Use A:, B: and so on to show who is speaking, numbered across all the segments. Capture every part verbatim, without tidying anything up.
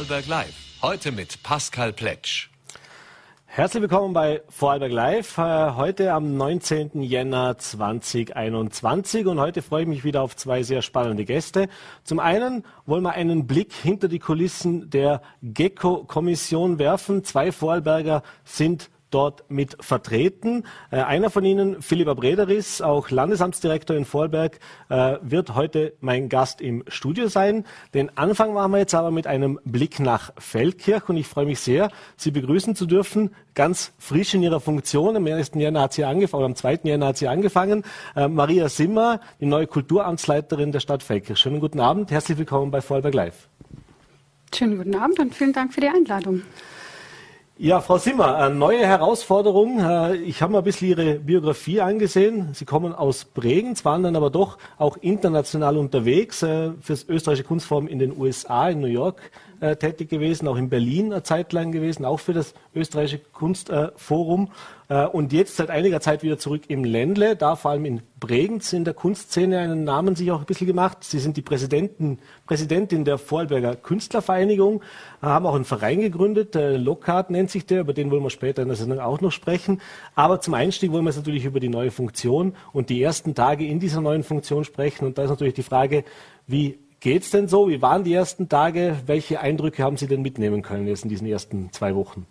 A: Vorarlberg Live. Heute mit Pascal Pletsch.
B: Herzlich willkommen bei Vorarlberg Live, äh, heute am neunzehnten Jänner zweitausendeinundzwanzig, und heute freue ich mich wieder auf zwei sehr spannende Gäste. Zum einen wollen wir einen Blick hinter die Kulissen der GECO-Kommission werfen. Zwei Vorarlberger sind dort mit vertreten. Äh, einer von ihnen, Philipp Abrederis, auch Landesamtsdirektor in Vorarlberg, äh, wird heute mein Gast im Studio sein. Den Anfang machen wir jetzt aber mit einem Blick nach Feldkirch, und ich freue mich sehr, Sie begrüßen zu dürfen, ganz frisch in Ihrer Funktion. Am ersten Jänner hat sie angefangen, oder am zweiten Jänner hat sie angefangen. Äh, Maria Simmer, die neue Kulturamtsleiterin der Stadt Feldkirch. Schönen guten Abend, herzlich willkommen bei Vorarlberg Live.
C: Schönen guten Abend und vielen Dank für die Einladung.
B: Ja, Frau Simmer, eine neue Herausforderung. Ich habe mir ein bisschen Ihre Biografie angesehen. Sie kommen aus Bregenz, waren dann aber doch auch international unterwegs, fürs österreichische Kunstforum in den U S A, in New York tätig gewesen, auch in Berlin eine Zeit lang gewesen, auch für das österreichische Kunstforum. Und jetzt seit einiger Zeit wieder zurück im Ländle, da vor allem in Bregenz in der Kunstszene einen Namen sich auch ein bisschen gemacht. Sie sind die Präsidentin, Präsidentin der Vorarlberger Künstlervereinigung, haben auch einen Verein gegründet, Lockhart nennt sich der, über den wollen wir später in der Sendung auch noch sprechen. Aber zum Einstieg wollen wir jetzt natürlich über die neue Funktion und die ersten Tage in dieser neuen Funktion sprechen. Und da ist natürlich die Frage, wie geht's denn so? Wie waren die ersten Tage? Welche Eindrücke haben Sie denn mitnehmen können jetzt in diesen ersten zwei Wochen?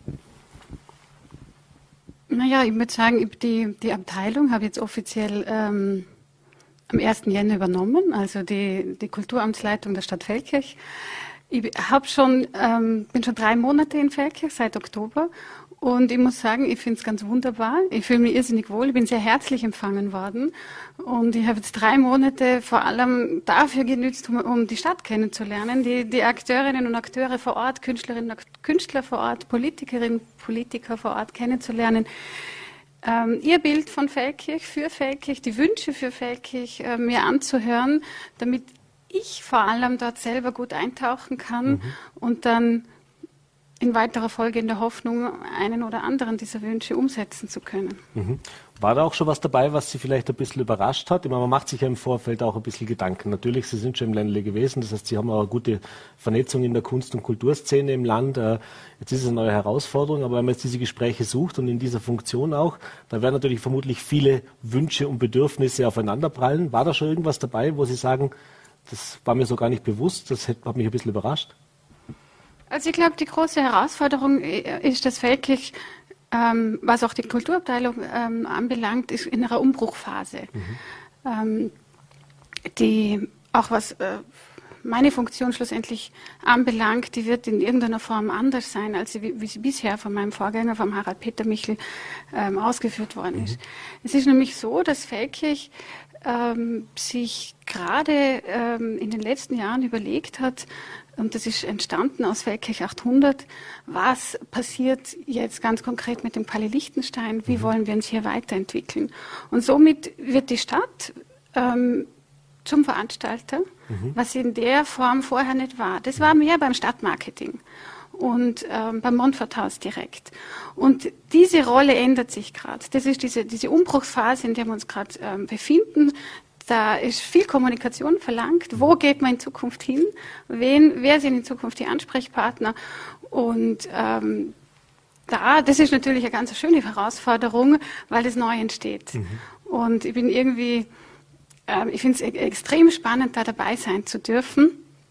C: Naja, ich würde sagen, die, die Abteilung habe ich jetzt offiziell ähm, am ersten Jänner übernommen, also die, die Kulturamtsleitung der Stadt Feldkirch. Ich hab schon, ähm, bin schon drei Monate in Feldkirch, seit Oktober. Und ich muss sagen, ich finde es ganz wunderbar. Ich fühle mich irrsinnig wohl. Ich bin sehr herzlich empfangen worden. Und ich habe jetzt drei Monate vor allem dafür genützt, um, um die Stadt kennenzulernen. Die, die Akteurinnen und Akteure vor Ort, Künstlerinnen und Künstler vor Ort, Politikerinnen und Politiker vor Ort kennenzulernen. Ähm, ihr Bild von Feldkirch, für Feldkirch, die Wünsche für Feldkirch äh, mir anzuhören, damit ich vor allem dort selber gut eintauchen kann mhm. und dann in weiterer Folge in der Hoffnung, einen oder anderen dieser Wünsche umsetzen zu können.
B: Mhm. War da auch schon was dabei, was Sie vielleicht ein bisschen überrascht hat? Ich meine, man macht sich ja im Vorfeld auch ein bisschen Gedanken. Natürlich, Sie sind schon im Ländle gewesen, das heißt, Sie haben auch eine gute Vernetzung in der Kunst- und Kulturszene im Land. Jetzt ist es eine neue Herausforderung, aber wenn man jetzt diese Gespräche sucht und in dieser Funktion auch, da werden natürlich vermutlich viele Wünsche und Bedürfnisse aufeinanderprallen. War da schon irgendwas dabei, wo Sie sagen, das war mir so gar nicht bewusst, das hat mich ein bisschen überrascht?
C: Also ich glaube, die große Herausforderung ist, dass Feldkirch, ähm, was auch die Kulturabteilung ähm, anbelangt, ist in einer Umbruchphase. Mhm. Ähm, die, auch was äh, meine Funktion schlussendlich anbelangt, die wird in irgendeiner Form anders sein, als sie, wie, wie sie bisher von meinem Vorgänger, vom Harald Peter Michel, ähm, ausgeführt worden mhm. ist. Es ist nämlich so, dass Feldkirch ähm, sich gerade ähm, in den letzten Jahren überlegt hat, und das ist entstanden aus Feldkirch achthundert. Was passiert jetzt ganz konkret mit dem Palais Liechtenstein? Wie mhm. wollen wir uns hier weiterentwickeln? Und somit wird die Stadt ähm, zum Veranstalter, mhm. was in der Form vorher nicht war. Das war mehr beim Stadtmarketing und ähm, beim Montforthaus direkt. Und diese Rolle ändert sich gerade. Das ist diese, diese Umbruchsphase, in der wir uns gerade ähm, befinden. Da ist viel Kommunikation verlangt. Wo geht man in Zukunft hin? Wen, wer sind in Zukunft die Ansprechpartner? Und ähm, da, das ist natürlich eine ganz schöne Herausforderung, weil das neu entsteht. Mhm. Und ich bin irgendwie, äh, ich finde es e- extrem spannend, da dabei sein zu dürfen,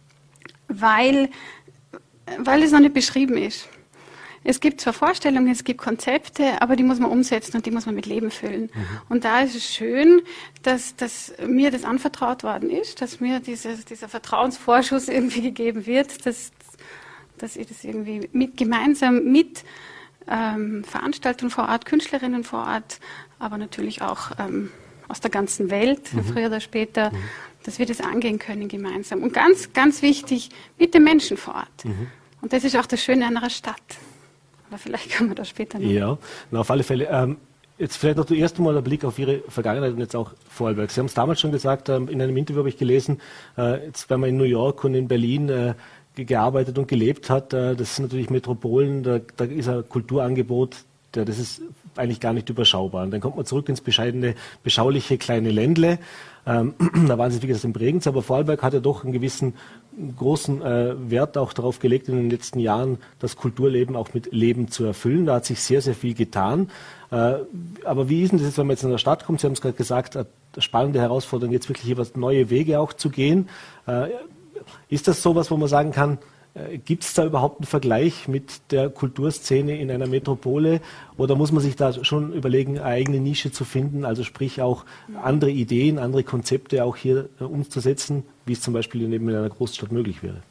C: weil, weil es noch nicht beschrieben ist. Es gibt zwar Vorstellungen, es gibt Konzepte, aber die muss man umsetzen und die muss man mit Leben füllen. Mhm. Und da ist es schön, dass, dass mir das anvertraut worden ist, dass mir dieses, dieser Vertrauensvorschuss irgendwie gegeben wird, dass, dass ich das irgendwie mit, gemeinsam mit ähm, Veranstaltern vor Ort, Künstlerinnen vor Ort, aber natürlich auch ähm, aus der ganzen Welt, mhm. früher oder später, mhm. dass wir das angehen können gemeinsam. Und ganz, ganz wichtig, mit den Menschen vor Ort. Mhm. Und das ist auch das Schöne an einer Stadt. Aber vielleicht kann man da später noch.
B: Ja, na, auf alle Fälle. Ähm, jetzt vielleicht noch zuerst einmal ein Blick auf Ihre Vergangenheit und jetzt auch Vorarlberg. Sie haben es damals schon gesagt, ähm, in einem Interview habe ich gelesen, äh, jetzt wenn man in New York und in Berlin äh, gearbeitet und gelebt hat, äh, das sind natürlich Metropolen, da, da ist ein Kulturangebot ja, das ist eigentlich gar nicht überschaubar. Und dann kommt man zurück ins bescheidene, beschauliche kleine Ländle. Ähm, da waren sie, wie gesagt, in Bregenz, aber Vorarlberg hat ja doch einen gewissen großen äh, Wert auch darauf gelegt, in den letzten Jahren das Kulturleben auch mit Leben zu erfüllen. Da hat sich sehr, sehr viel getan. Äh, aber wie ist denn das jetzt, wenn man jetzt in der Stadt kommt? Sie haben es gerade gesagt, eine spannende Herausforderung, jetzt wirklich über neue Wege auch zu gehen. Äh, ist das sowas, wo man sagen kann, gibt es da überhaupt einen Vergleich mit der Kulturszene in einer Metropole oder muss man sich da schon überlegen, eine eigene Nische zu finden, also sprich auch andere Ideen, andere Konzepte auch hier äh, umzusetzen, wie es zum Beispiel neben einer Großstadt möglich wäre?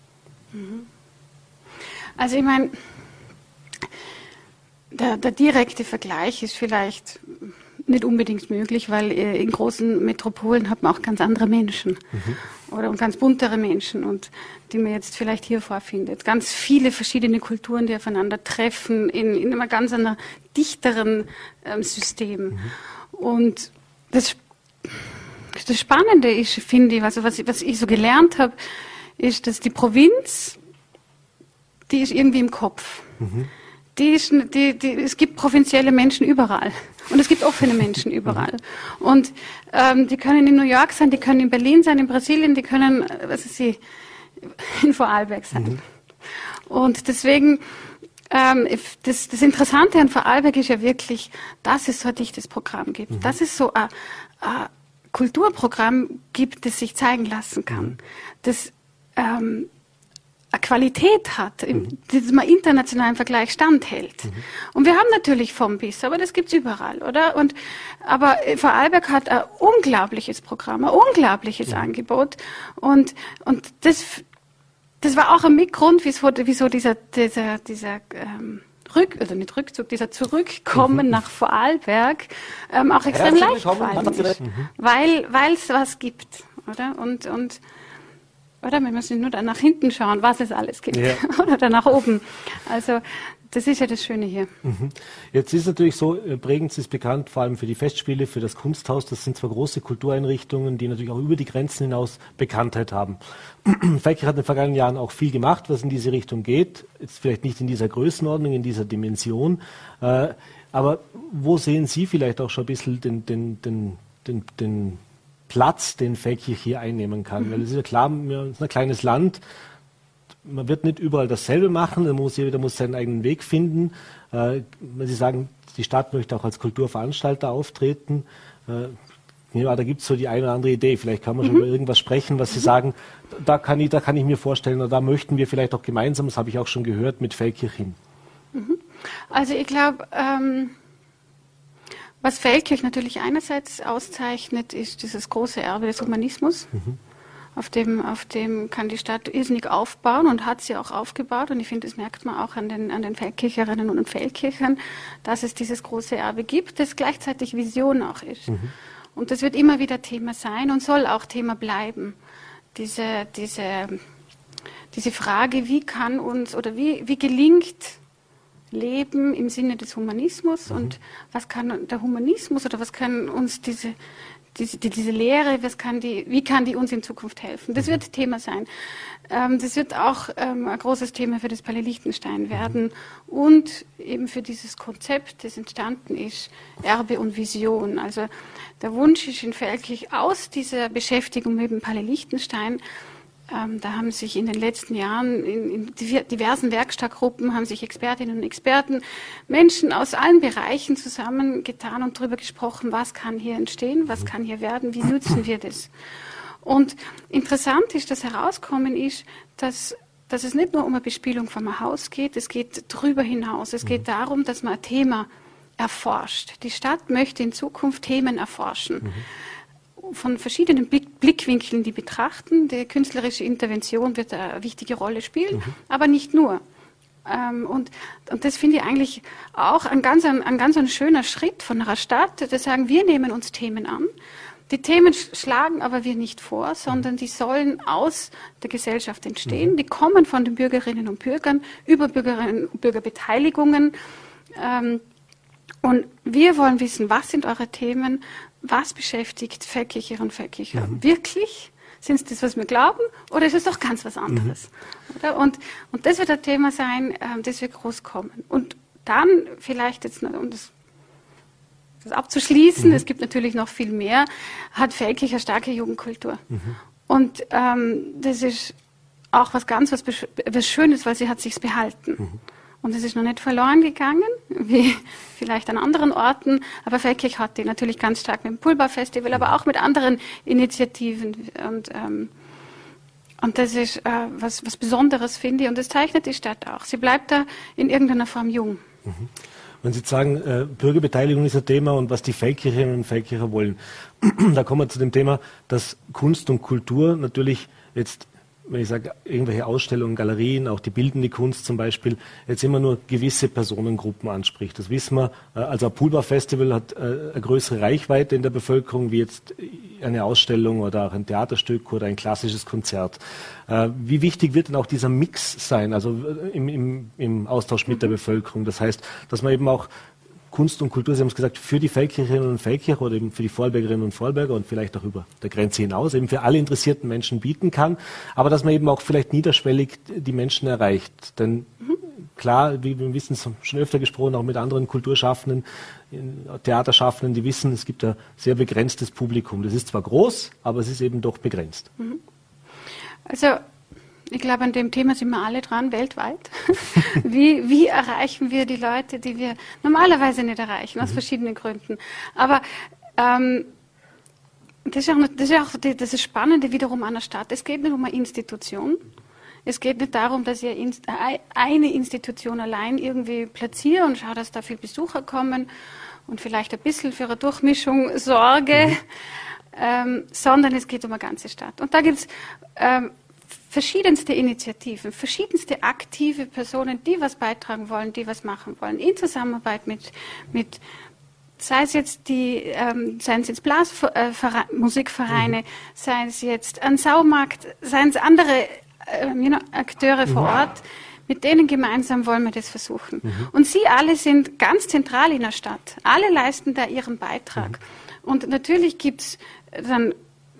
C: Also ich meine, der, der direkte Vergleich ist vielleicht nicht unbedingt möglich, weil in großen Metropolen hat man auch ganz andere Menschen mhm. oder ganz buntere Menschen und die man jetzt vielleicht hier vorfindet. Ganz viele verschiedene Kulturen, die aufeinander treffen in, in einem ganz einer dichteren ähm, System. Mhm. Und das, das Spannende ist, finde ich, also was, ich, was ich so gelernt habe, ist, dass die Provinz, die ist irgendwie im Kopf. Mhm. Die ist, die, die, es gibt provinzielle Menschen überall und es gibt offene Menschen überall. Und ähm, die können in New York sein, die können in Berlin sein, in Brasilien, die können, was ist sie, in Vorarlberg sein. Mhm. Und deswegen, ähm, das, das Interessante an Vorarlberg ist ja wirklich, dass es so ein dichtes Programm gibt, mhm. dass es so ein, ein Kulturprogramm gibt, das sich zeigen lassen kann, mhm. das ähm, eine Qualität hat, mhm. das man international im Vergleich standhält. Mhm. Und wir haben natürlich vom bis, aber das gibt's überall, oder? Und, aber Vorarlberg hat ein unglaubliches Programm, ein unglaubliches mhm. Angebot. Und, und das, das war auch ein Mitgrund, wieso, wieso dieser, dieser, dieser, ähm, Rück, oder nicht Rückzug, dieser Zurückkommen mhm. nach Vorarlberg, ähm, auch extrem ja, leicht gefallen ist. Mhm. Weil, weil es was gibt, oder? Und, und, Oder? Wir müssen nur dann nach hinten schauen, was es alles gibt. Ja. Oder dann nach oben. Also das ist ja das Schöne hier.
B: Mhm. Jetzt ist es natürlich so, Bregenz ist bekannt vor allem für die Festspiele, für das Kunsthaus. Das sind zwar große Kultureinrichtungen, die natürlich auch über die Grenzen hinaus Bekanntheit haben. Feldkirch hat in den vergangenen Jahren auch viel gemacht, was in diese Richtung geht. Jetzt vielleicht nicht in dieser Größenordnung, in dieser Dimension. Äh, aber wo sehen Sie vielleicht auch schon ein bisschen den, den, den, den, den Platz, den Feldkirch hier einnehmen kann. Mhm. Weil es ist ja klar, wir sind ein kleines Land, man wird nicht überall dasselbe machen, da muss jeder muss seinen eigenen Weg finden. Äh, wenn Sie sagen, die Stadt möchte auch als Kulturveranstalter auftreten, äh, ja, da gibt es so die eine oder andere Idee. Vielleicht kann man schon mhm. über irgendwas sprechen, was Sie mhm. sagen, da kann ich, da kann ich mir vorstellen, oder da möchten wir vielleicht auch gemeinsam, das habe ich auch schon gehört, mit Feldkirch hin.
C: Mhm. Also ich glaube, ähm was Feldkirch natürlich einerseits auszeichnet, ist dieses große Erbe des Humanismus. Mhm. Auf dem, auf dem kann die Stadt irrsinnig aufbauen und hat sie auch aufgebaut. Und ich finde, das merkt man auch an den, an den Feldkircherinnen und Feldkirchern, dass es dieses große Erbe gibt, das gleichzeitig Vision auch ist. Mhm. Und das wird immer wieder Thema sein und soll auch Thema bleiben. Diese, diese, diese Frage, wie kann uns oder wie, wie gelingt Leben im Sinne des Humanismus mhm. und was kann der Humanismus oder was kann uns diese, diese, diese Lehre, was kann die, wie kann die uns in Zukunft helfen? Das mhm. wird Thema sein. Ähm, das wird auch ähm, ein großes Thema für das Palais Liechtenstein werden mhm. und eben für dieses Konzept, das entstanden ist, Erbe und Vision. Also der Wunsch ist in Feldkirch aus dieser Beschäftigung mit dem Palais Liechtenstein. Ähm, da haben sich in den letzten Jahren in, in diversen Werkstattgruppen haben sich Expertinnen und Experten, Menschen aus allen Bereichen zusammengetan und darüber gesprochen, was kann hier entstehen, was kann hier werden, wie nutzen wir das. Und interessant ist, dass herauskommen ist, dass, dass es nicht nur um eine Bespielung von einem Haus geht, es geht darüber hinaus. Es geht darum, dass man ein Thema erforscht. Die Stadt möchte in Zukunft Themen erforschen. Mhm. Von verschiedenen Blickwinkeln die betrachten. Die künstlerische Intervention wird eine wichtige Rolle spielen, mhm. aber nicht nur. Ähm, und, und das finde ich eigentlich auch ein ganz, ein, ein ganz ein schöner Schritt von einer Stadt, dass sagen, wir nehmen uns Themen an. Die Themen schlagen aber wir nicht vor, sondern die sollen aus der Gesellschaft entstehen. Mhm. Die kommen von den Bürgerinnen und Bürgern über Bürgerinnen und Bürgerbeteiligungen. Ähm, und wir wollen wissen, was sind eure Themen? Was beschäftigt Feldkircherinnen und Feldkircher mhm. wirklich? Sind es das, was wir glauben, oder ist es doch ganz was anderes? Mhm. Oder? Und, und das wird ein Thema sein, ähm, das wird groß kommen. Und dann vielleicht jetzt, um das, das abzuschließen, mhm. es gibt natürlich noch viel mehr, hat Feldkirch eine starke Jugendkultur. Mhm. Und ähm, das ist auch was ganz was, was Schönes, weil sie hat sich's behalten. Mhm. Und es ist noch nicht verloren gegangen, wie vielleicht an anderen Orten. Aber Feldkirch hat die natürlich ganz stark mit dem Pulbar-Festival, aber auch mit anderen Initiativen. Und, ähm, und das ist äh, was, was Besonderes, finde ich. Und das zeichnet die Stadt auch. Sie bleibt da in irgendeiner Form jung.
B: Mhm. Wenn Sie sagen, äh, Bürgerbeteiligung ist ein Thema und was die Feldkircherinnen und Feldkircher wollen, da kommen wir zu dem Thema, dass Kunst und Kultur natürlich jetzt, wenn ich sage, irgendwelche Ausstellungen, Galerien, auch die bildende Kunst zum Beispiel, jetzt immer nur gewisse Personengruppen anspricht. Das wissen wir. Also ein Pulbar-Festival hat eine größere Reichweite in der Bevölkerung wie jetzt eine Ausstellung oder auch ein Theaterstück oder ein klassisches Konzert. Wie wichtig wird denn auch dieser Mix sein, also im, im, im Austausch mit der Bevölkerung? Das heißt, dass man eben auch Kunst und Kultur, Sie haben es gesagt, für die Feldkircherinnen und Feldkircher oder eben für die Vorarlbergerinnen und Vorarlberger und vielleicht auch über der Grenze hinaus, eben für alle interessierten Menschen bieten kann, aber dass man eben auch vielleicht niederschwellig die Menschen erreicht. Denn mhm. klar, wie wir wissen, es schon öfter gesprochen, auch mit anderen Kulturschaffenden, Theaterschaffenden, die wissen, es gibt ein sehr begrenztes Publikum. Das ist zwar groß, aber es ist eben doch begrenzt.
C: Mhm. Also ich glaube, an dem Thema sind wir alle dran, weltweit. Wie, wie erreichen wir die Leute, die wir normalerweise nicht erreichen, aus mhm. verschiedenen Gründen. Aber ähm, das ist auch, das ist auch die, das ist Spannende wiederum an der Stadt. Es geht nicht um eine Institution. Es geht nicht darum, dass ich eine Institution allein irgendwie platziere und schaue, dass da viele Besucher kommen und vielleicht ein bisschen für eine Durchmischung sorge, mhm. ähm, sondern es geht um eine ganze Stadt. Und da gibt es ähm, verschiedenste Initiativen, verschiedenste aktive Personen, die was beitragen wollen, die was machen wollen, in Zusammenarbeit mit, mit sei es jetzt die, ähm, seien es jetzt Blasmusikvereine, äh, mhm. seien es jetzt ein Saumarkt, seien es andere äh, you know, Akteure vor Ort, mit denen gemeinsam wollen wir das versuchen. Mhm. Und sie alle sind ganz zentral in der Stadt. Alle leisten da ihren Beitrag. Mhm. Und natürlich gibt es dann,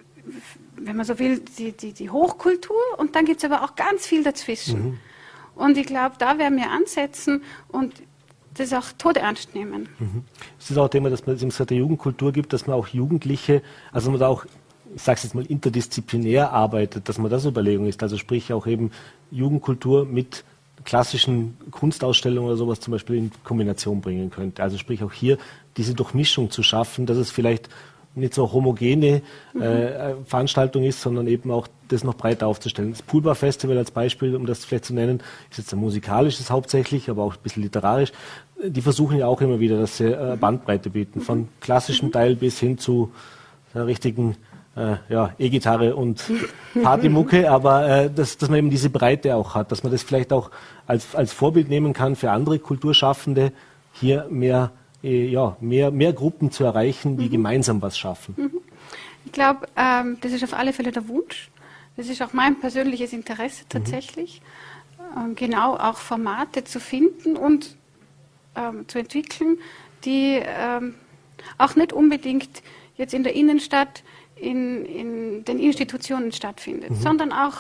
C: wenn man so will, die, die, die Hochkultur und dann gibt es aber auch ganz viel dazwischen. Mhm. Und ich glaube, da werden wir ansetzen und das auch todernst nehmen. Mhm.
B: Es ist auch ein Thema, dass man es in der Jugendkultur gibt, dass man auch Jugendliche, also man da auch, ich sage es jetzt mal, interdisziplinär arbeitet, dass man das Überlegung ist. Also sprich auch eben Jugendkultur mit klassischen Kunstausstellungen oder sowas zum Beispiel in Kombination bringen könnte. Also sprich auch hier diese Durchmischung zu schaffen, dass es vielleicht nicht so homogene äh, mhm. Veranstaltung ist, sondern eben auch das noch breiter aufzustellen. Das Pulbar-Festival als Beispiel, um das vielleicht zu nennen, ist jetzt ein musikalisches hauptsächlich, aber auch ein bisschen literarisch. Die versuchen ja auch immer wieder, dass sie äh, Bandbreite bieten, von klassischem mhm. Teil bis hin zu der richtigen äh, ja, E-Gitarre und Partymucke, aber äh, dass, dass man eben diese Breite auch hat, dass man das vielleicht auch als, als Vorbild nehmen kann für andere Kulturschaffende, hier mehr ja, mehr, mehr Gruppen zu erreichen, die mhm. gemeinsam was schaffen. Mhm.
C: Ich glaube, ähm, das ist auf alle Fälle der Wunsch. Das ist auch mein persönliches Interesse tatsächlich, mhm. ähm, genau auch Formate zu finden und ähm, zu entwickeln, die ähm, auch nicht unbedingt jetzt in der Innenstadt in, in den Institutionen stattfindet, mhm. sondern auch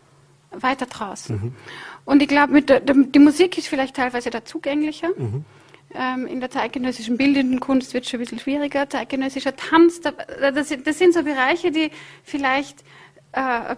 C: weiter draußen. Mhm. Und ich glaube, mit der, der, die Musik ist vielleicht teilweise da zugänglicher. Mhm. Ähm, in der zeitgenössischen bildenden Kunst wird es schon ein bisschen schwieriger. Zeitgenössischer Tanz, da, das, das sind so Bereiche, die vielleicht äh,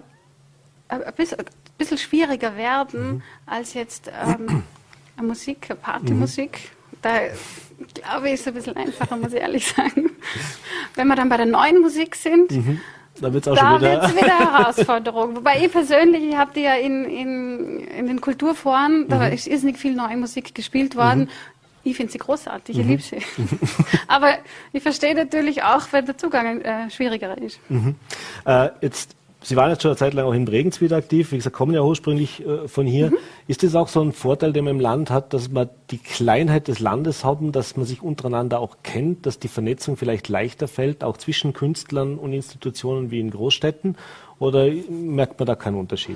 C: ein, bisschen, ein bisschen schwieriger werden mhm. als jetzt ähm, eine Musik, eine Partymusik. Mhm. Da glaube ich, ist es ein bisschen einfacher, muss ich ehrlich sagen. Wenn wir dann bei der neuen Musik sind, mhm.
B: da wird es
C: wieder, wieder eine Herausforderung. Wobei ich persönlich, ich habe die ja in, in, in den Kulturforen, mhm. da ist irrsinnig viel neue Musik gespielt worden. Mhm. Ich finde sie großartig, ich mhm. liebe sie. Aber ich verstehe natürlich auch, wenn der Zugang äh, schwieriger ist.
B: Mhm. Äh, jetzt, Sie waren jetzt schon eine Zeit lang auch in Bregenz wieder aktiv. Wie gesagt, kommen ja ursprünglich äh, von hier. Mhm. Ist das auch so ein Vorteil, den man im Land hat, dass man die Kleinheit des Landes haben, dass man sich untereinander auch kennt, dass die Vernetzung vielleicht leichter fällt, auch zwischen Künstlern und Institutionen wie in Großstädten? Oder merkt man da keinen Unterschied?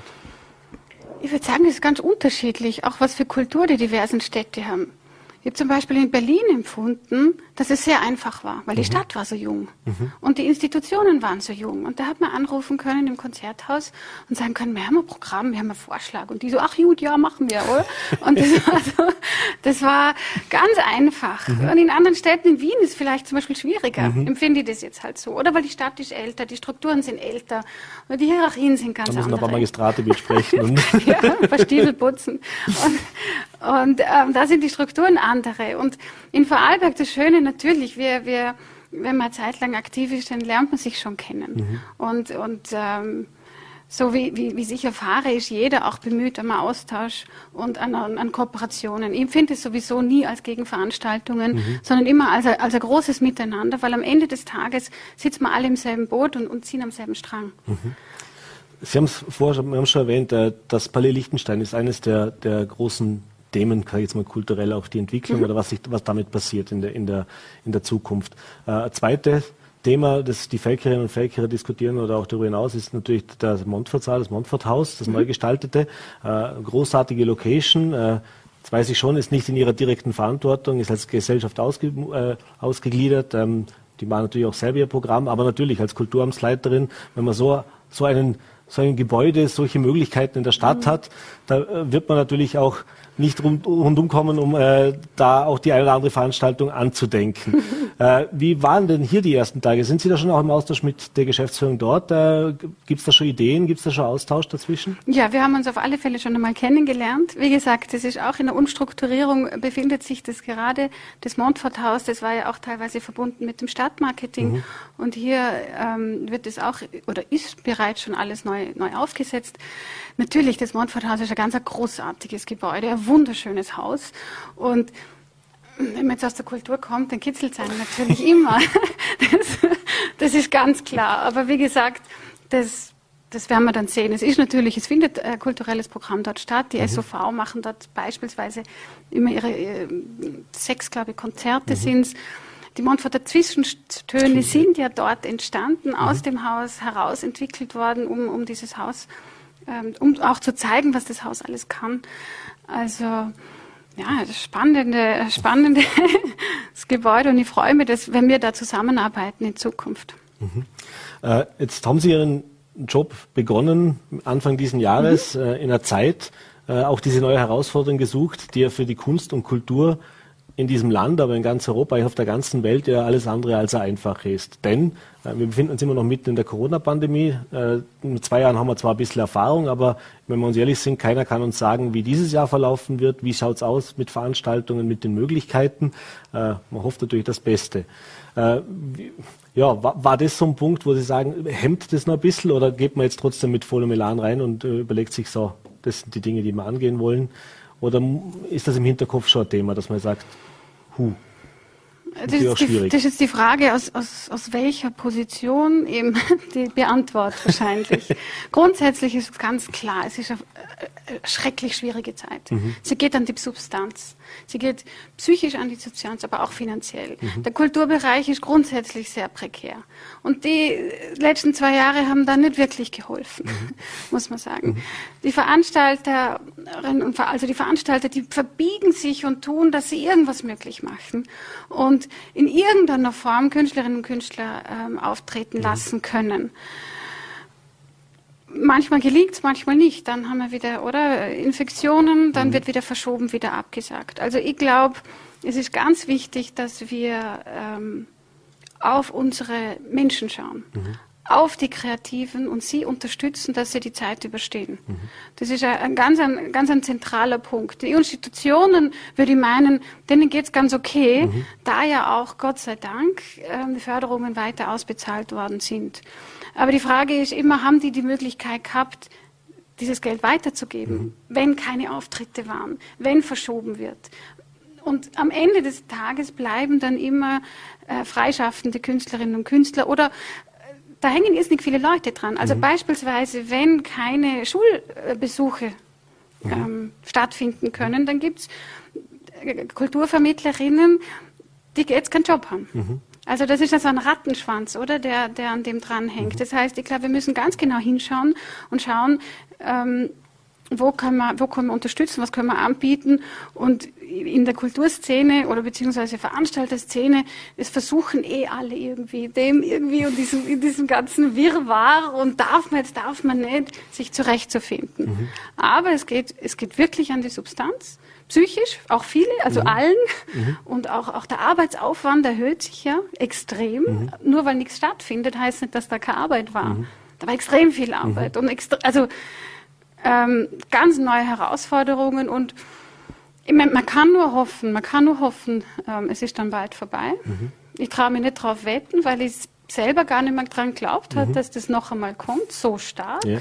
C: Ich würde sagen, es ist ganz unterschiedlich, auch was für Kultur die diversen Städte haben. Ich habe zum Beispiel in Berlin empfunden, dass es sehr einfach war, weil die
B: Mhm.
C: Stadt war so jung
B: Mhm.
C: und die Institutionen waren so jung. Und da hat man anrufen können im Konzerthaus und sagen können, wir haben ein Programm, wir haben einen Vorschlag. Und die so, ach gut, ja, machen wir, oder? Und das war, so, das war ganz einfach.
B: Mhm.
C: Und in anderen Städten, in Wien ist es vielleicht zum Beispiel schwieriger,
B: Mhm.
C: empfinde ich das jetzt halt so. Oder weil die Stadt ist älter, die Strukturen sind älter, oder die Hierarchien sind ganz
B: Da müssen
C: andere.
B: aber Magistrate mitsprechen. Und
C: Ja, ein paar Stiefel putzen. Und, und ähm, da sind die Strukturen andere. Und in Vorarlberg das Schöne natürlich, wir, wir, wenn man zeitlang aktiv ist, dann lernt man sich schon kennen.
B: Mhm.
C: Und, und ähm, so wie, wie, wie ich erfahre, ist jeder auch bemüht am Austausch und an, an, an Kooperationen. Ich empfinde es sowieso nie als Gegenveranstaltungen,
B: Mhm.
C: sondern immer als, ein- als ein großes Miteinander, weil am Ende des Tages sitzen wir alle im selben Boot und, und ziehen am selben Strang.
B: Sie haben es vorher schon, wir haben schon erwähnt, äh, das Palais Liechtenstein ist eines der, der großen Themen, kann ich jetzt mal kulturell auch die Entwicklung
C: Mhm.
B: oder was, sich, was damit passiert in der, in der, in der Zukunft. Äh, ein zweites Thema, das die Feldkircherinnen und Feldkircher diskutieren oder auch darüber hinaus, ist natürlich der Montfortsaal, das Montforthaus, das
C: Mhm.
B: neu gestaltete, äh, großartige Location. Äh, das weiß ich schon, ist nicht in ihrer direkten Verantwortung, ist als Gesellschaft ausge, äh, ausgegliedert. Ähm, die machen natürlich auch selber ihr Programm, aber natürlich als Kulturamtsleiterin, wenn man so, so einen so ein Gebäude, solche Möglichkeiten in der Stadt
C: Mhm.
B: hat, da äh, wird man natürlich auch nicht rund, rundum kommen, um äh, da auch die eine oder andere Veranstaltung anzudenken. äh, wie waren denn hier die ersten Tage? Sind Sie da schon auch im Austausch mit der Geschäftsführung dort? Äh, Gibt es da schon Ideen? Gibt es da schon Austausch dazwischen?
C: Ja, wir haben uns auf alle Fälle schon einmal kennengelernt. Wie gesagt, das ist auch in der Umstrukturierung, befindet sich das gerade. Das Montforthaus, das war ja auch teilweise verbunden mit dem Stadtmarketing.
B: Mhm.
C: Und hier ähm, wird es auch, oder ist bereits schon alles neu, neu aufgesetzt. Natürlich, das Montforthaus ist ein ganz ein großartiges Gebäude, ein wunderschönes Haus. Und wenn man jetzt aus der Kultur kommt, dann kitzelt es einen natürlich immer. Das, das ist ganz klar. Aber wie gesagt, das, das werden wir dann sehen. Es ist natürlich, es findet ein kulturelles Programm dort statt. Die
B: Mhm.
C: S O V machen dort beispielsweise immer ihre äh, sechs, glaube ich, Konzerte
B: Mhm.
C: sind's. Die Montforter Zwischentöne sind ja dort entstanden, aus dem Haus heraus entwickelt worden, um, um dieses Haus, ähm, um auch zu zeigen, was das Haus alles kann. Also, ja, das spannende, spannende das Gebäude, und ich freue mich, dass, wenn wir da zusammenarbeiten in Zukunft.
B: Äh, jetzt haben Sie Ihren Job begonnen, Anfang diesen Jahres,
C: Mhm.
B: äh, in einer Zeit, äh, auch diese neue Herausforderung gesucht, die ja für die Kunst und Kultur in diesem Land, aber in ganz Europa, auf der ganzen Welt ja alles andere als einfach ist. Denn äh, wir befinden uns immer noch mitten in der Corona-Pandemie. Äh, in zwei Jahren haben wir zwar ein bisschen Erfahrung, aber wenn wir uns ehrlich sind, keiner kann uns sagen, wie dieses Jahr verlaufen wird, wie schaut es aus mit Veranstaltungen, mit den Möglichkeiten. Äh, man hofft natürlich das Beste. Äh, wie, ja, war, war das so ein Punkt, wo Sie sagen, hemmt das noch ein bisschen, oder geht man jetzt trotzdem mit vollem Elan rein und äh, überlegt sich so, das sind die Dinge, die wir angehen wollen? Oder ist das im Hinterkopf schon ein Thema, dass man sagt, huh,
C: Das ist,
B: auch
C: die,
B: schwierig.
C: das ist die Frage, aus, aus, aus welcher Position eben die beantwortet wahrscheinlich. Grundsätzlich ist es ganz klar, es ist eine äh, schrecklich schwierige Zeit.
B: Mhm.
C: Sie geht an die Substanz, sie geht psychisch an die Substanz, aber auch finanziell.
B: Mhm.
C: Der Kulturbereich ist grundsätzlich sehr prekär. Und die letzten zwei Jahre haben da nicht wirklich geholfen,
B: Mhm.
C: muss man sagen. Die Veranstalterinnen und Ver- also die Veranstalter, die verbiegen sich und tun, dass sie irgendwas möglich machen und in irgendeiner Form Künstlerinnen und Künstler ähm, auftreten lassen können. Manchmal gelingt es, manchmal nicht. Dann haben wir wieder, oder, Infektionen, dann
B: Mhm.
C: wird wieder verschoben, wieder abgesagt. Also ich glaube, es ist ganz wichtig, dass wir ähm, auf unsere Menschen schauen, auf die Kreativen und sie unterstützen, dass sie die Zeit überstehen. Das ist ein, ein, ganz, ein ganz ein zentraler Punkt. Die Institutionen, würde ich meinen, denen geht es ganz okay, da ja auch, Gott sei Dank, ähm, die Förderungen weiter ausbezahlt worden sind. Aber die Frage ist immer, haben die die Möglichkeit gehabt, dieses Geld weiterzugeben,
B: Mhm.
C: wenn keine Auftritte waren, wenn verschoben wird? Und am Ende des Tages bleiben dann immer äh, freischaffende Künstlerinnen und Künstler oder äh, da hängen irrsinnig viele Leute dran. Also
B: Mhm.
C: beispielsweise, wenn keine Schulbesuche ähm, stattfinden können, dann gibt es äh, Kulturvermittlerinnen, die jetzt keinen Job haben.
B: Mhm.
C: Also das ist ja so ein Rattenschwanz, oder, der, der an dem dranhängt. Das heißt, ich glaube, wir müssen ganz genau hinschauen und schauen, ähm, wo können wir, wo können wir unterstützen, was können wir anbieten. Und in der Kulturszene oder beziehungsweise Veranstalterszene, es versuchen eh alle irgendwie, dem irgendwie und diesem, in diesem ganzen Wirrwarr und darf man jetzt, darf man nicht, sich zurechtzufinden. Mhm. Aber es geht, es geht wirklich an die Substanz. Psychisch, auch viele, also mhm. allen. Mhm. Und auch, auch der Arbeitsaufwand erhöht sich ja extrem. Mhm. Nur weil nichts stattfindet, heißt nicht, dass da keine Arbeit war. Mhm. Da war extrem viel Arbeit. Mhm. Und extre- also ähm, ganz neue Herausforderungen. Und ich mein, man kann nur hoffen, man kann nur hoffen, ähm, es ist dann bald vorbei. Mhm. Ich traue mich nicht drauf wetten, weil ich selber gar nicht mehr dran geglaubt habe, mhm. dass das noch einmal kommt, so stark. Ja.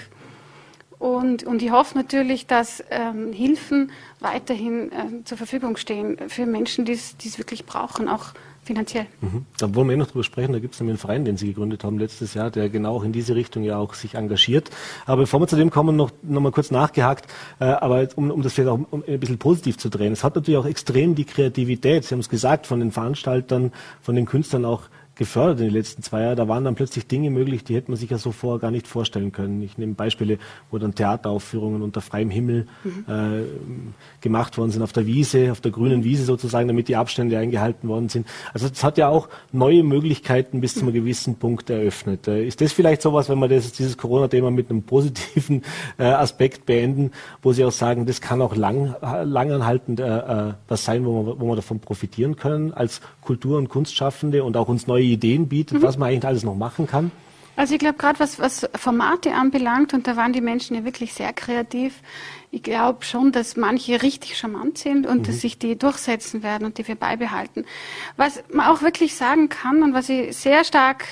C: Und, und ich hoffe natürlich, dass ähm, Hilfen weiterhin äh, zur Verfügung stehen für Menschen, die es wirklich brauchen, auch finanziell.
B: Mhm. Da wollen wir eh noch drüber sprechen. Da gibt es nämlich einen Verein, den Sie gegründet haben letztes Jahr, der genau auch in diese Richtung ja auch sich engagiert. Aber bevor wir zu dem kommen, noch, noch mal kurz nachgehakt, äh, aber um, um das vielleicht auch um ein bisschen positiv zu drehen. Es hat natürlich auch extrem die Kreativität, Sie haben es gesagt, von den Veranstaltern, von den Künstlern auch gefördert in den letzten zwei Jahren. Da waren dann plötzlich Dinge möglich, die hätte man sich ja so vorher gar nicht vorstellen können. Ich nehme Beispiele, wo dann Theateraufführungen unter freiem Himmel mhm. äh, gemacht worden sind, auf der Wiese, auf der grünen Wiese sozusagen, damit die Abstände eingehalten worden sind. Also das hat ja auch neue Möglichkeiten bis zu einem gewissen Punkt eröffnet. Äh, ist das vielleicht sowas, wenn wir das, dieses Corona-Thema mit einem positiven äh, Aspekt beenden, wo Sie auch sagen, das kann auch lang, langanhaltend äh, was sein, wo wir, wo wir davon profitieren können als Kultur- und Kunstschaffende und auch uns neue Ideen bietet, mhm. was man eigentlich alles noch machen kann?
C: Also ich glaube, gerade was, was Formate anbelangt, und da waren die Menschen ja wirklich sehr kreativ, ich glaube schon, dass manche richtig charmant sind und mhm. dass sich die durchsetzen werden und die wir beibehalten. Was man auch wirklich sagen kann und was ich sehr stark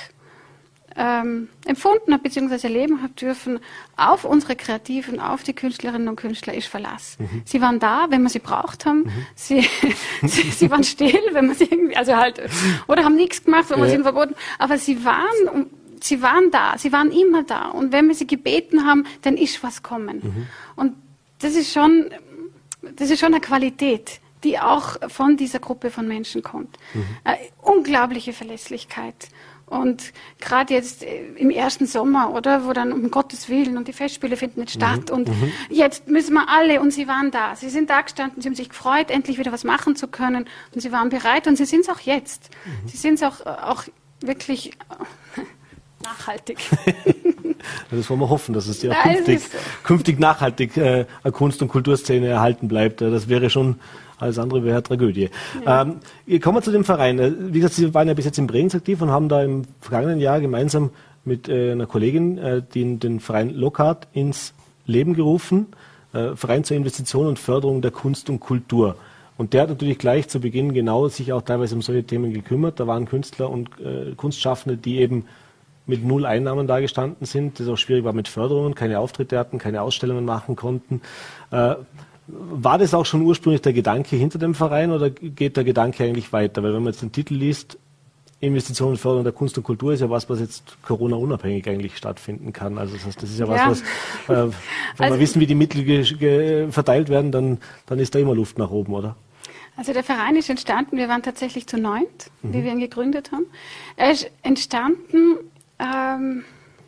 C: ähm, empfunden habe, beziehungsweise erleben habe dürfen, auf unsere Kreativen, auf die Künstlerinnen und Künstler ist Verlass. Mhm. Sie waren da, wenn wir sie braucht haben. Mhm. Sie, sie, sie waren still, wenn man sie irgendwie, also halt, oder haben nichts gemacht, wenn man ja. sie verboten. Aber sie waren, sie waren da, sie waren immer da. Und wenn wir sie gebeten haben, dann ist was kommen. Mhm. Und das ist schon, das ist schon eine Qualität, die auch von dieser Gruppe von Menschen kommt. Mhm. Äh, unglaubliche Verlässlichkeit. Und gerade jetzt im ersten Sommer, oder, wo dann um Gottes Willen und die Festspiele finden nicht statt mhm. und mhm. jetzt müssen wir alle, und sie waren da. Sie sind da gestanden, sie haben sich gefreut, endlich wieder was machen zu können und sie waren bereit und sie sind es auch jetzt. Mhm. Sie sind es auch, auch wirklich nachhaltig.
B: Das wollen wir hoffen, dass es ja künftig, künftig nachhaltig äh, eine Kunst- und Kulturszene erhalten bleibt. Das wäre schon, alles andere wäre eine Tragödie. Ja. Ähm, kommen wir zu dem Verein. Wie gesagt, Sie waren ja bis jetzt in Bregenz aktiv und haben da im vergangenen Jahr gemeinsam mit äh, einer Kollegin äh, den, den Verein Lockhart ins Leben gerufen. Äh, Verein zur Investition und Förderung der Kunst und Kultur. Und der hat natürlich gleich zu Beginn genau sich auch teilweise um solche Themen gekümmert. Da waren Künstler und äh, Kunstschaffende, die eben mit null Einnahmen dagestanden sind, das auch schwierig war mit Förderungen, keine Auftritte hatten, keine Ausstellungen machen konnten. Äh, war das auch schon ursprünglich der Gedanke hinter dem Verein oder geht der Gedanke eigentlich weiter? Weil wenn man jetzt den Titel liest, Investition und Förderung der Kunst und Kultur ist ja was, was jetzt Corona-unabhängig eigentlich stattfinden kann. Also das heißt, das ist ja was, ja. was äh, wenn also, wir wissen, wie die Mittel ge- ge- verteilt werden, dann, dann ist da immer Luft nach oben, oder?
C: Also der Verein ist entstanden, wir waren tatsächlich zu neunt, mhm. wie wir ihn gegründet haben. Er ist entstanden Ähm,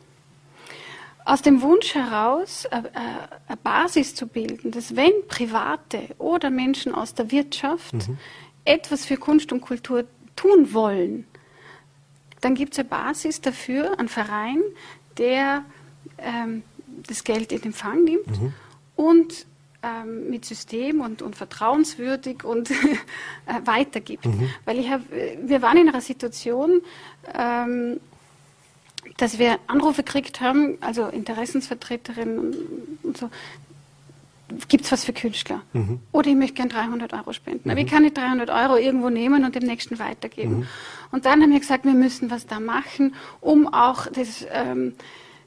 C: aus dem Wunsch heraus, äh, äh, eine Basis zu bilden, dass wenn Private oder Menschen aus der Wirtschaft mhm. etwas für Kunst und Kultur tun wollen, dann gibt es eine Basis dafür, einen Verein, der ähm, das Geld in Empfang nimmt mhm. und ähm, mit System und, und vertrauenswürdig und äh, weitergibt. Mhm. Weil ich hab, wir waren in einer Situation, ähm, dass wir Anrufe gekriegt haben, also Interessensvertreterinnen und, und so, gibt es was für Künstler? Mhm. Oder ich möchte gern dreihundert Euro spenden. Mhm. Aber ich kann nicht dreihundert Euro irgendwo nehmen und dem Nächsten weitergeben. Mhm. Und dann haben wir gesagt, wir müssen was da machen, um auch das ähm,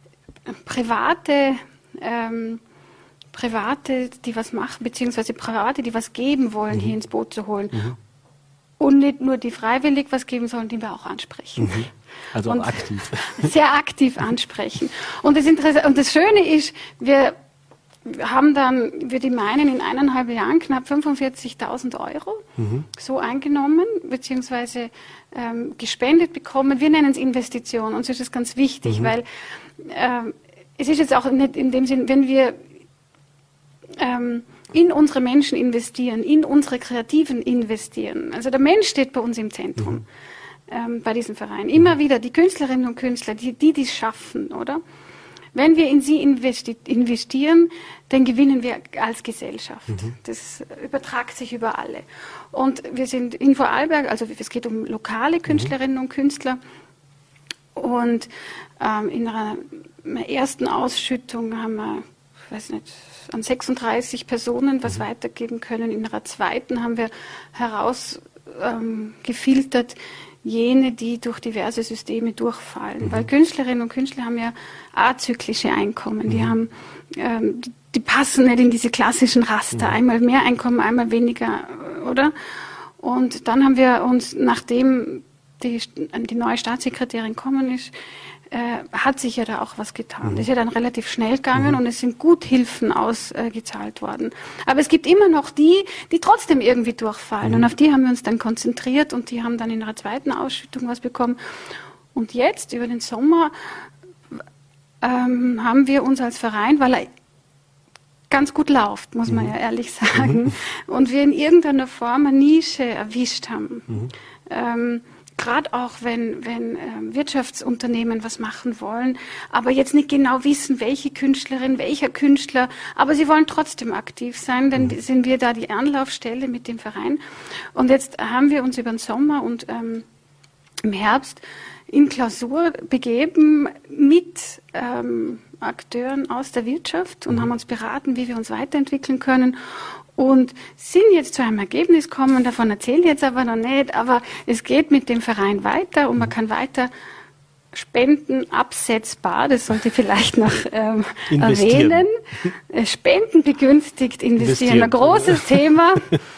C: private, ähm, Private, die was machen, beziehungsweise Private, die was geben wollen, mhm. hier ins Boot zu holen. Mhm. Und nicht nur die freiwillig was geben sollen, die wir auch ansprechen.
B: Mhm. Also auch aktiv.
C: Sehr aktiv ansprechen. Und das, Interesse, und das Schöne ist, wir haben dann, wir die meinen, in eineinhalb Jahren knapp fünfundvierzigtausend Euro mhm. so eingenommen, beziehungsweise ähm, gespendet bekommen. Wir nennen es Investition. Uns ist das ganz wichtig, mhm. weil ähm, es ist jetzt auch nicht in dem Sinn, wenn wir ähm, in unsere Menschen investieren, in unsere Kreativen investieren. Also der Mensch steht bei uns im Zentrum, mhm. ähm, bei diesem Verein. Immer mhm. wieder die Künstlerinnen und Künstler, die die dies schaffen, oder? Wenn wir in sie investi- investieren, dann gewinnen wir als Gesellschaft. Mhm. Das übertragt sich über alle. Und wir sind in Vorarlberg, also es geht um lokale Künstlerinnen mhm. und Künstler. Und ähm, in einer, einer ersten Ausschüttung haben wir, ich weiß nicht, an sechsunddreißig Personen was mhm. weitergeben können. In einer zweiten haben wir herausgefiltert, ähm, jene, die durch diverse Systeme durchfallen. Mhm. Weil Künstlerinnen und Künstler haben ja azyklische Einkommen. Mhm. Die haben, ähm, die, die passen nicht in diese klassischen Raster. Mhm. Einmal mehr Einkommen, einmal weniger, oder? Und dann haben wir uns, nachdem die, die neue Staatssekretärin gekommen ist, äh, hat sich ja da auch was getan. Mhm. Das ist ja dann relativ schnell gegangen mhm. und es sind gut Hilfen ausgezahlt äh, worden. Aber es gibt immer noch die, die trotzdem irgendwie durchfallen. Mhm. Und auf die haben wir uns dann konzentriert und die haben dann in einer zweiten Ausschüttung was bekommen. Und jetzt, über den Sommer, ähm, haben wir uns als Verein, weil er ganz gut läuft, muss man mhm. ja ehrlich sagen, mhm. und wir in irgendeiner Form eine Nische erwischt haben. Mhm. Ähm, Gerade auch, wenn, wenn ähm, Wirtschaftsunternehmen was machen wollen, aber jetzt nicht genau wissen, welche Künstlerin, welcher Künstler, aber sie wollen trotzdem aktiv sein, dann mhm. sind wir da die Anlaufstelle mit dem Verein. Und jetzt haben wir uns über den Sommer und ähm, im Herbst in Klausur begeben mit ähm, Akteuren aus der Wirtschaft und mhm. haben uns beraten, wie wir uns weiterentwickeln können. Und sind jetzt zu einem Ergebnis gekommen, davon erzähle ich jetzt aber noch nicht, aber es geht mit dem Verein weiter und man kann weiter spenden, absetzbar, das sollte ich vielleicht noch ähm, erwähnen, Spenden begünstigt investieren, investieren. Ein großes Thema,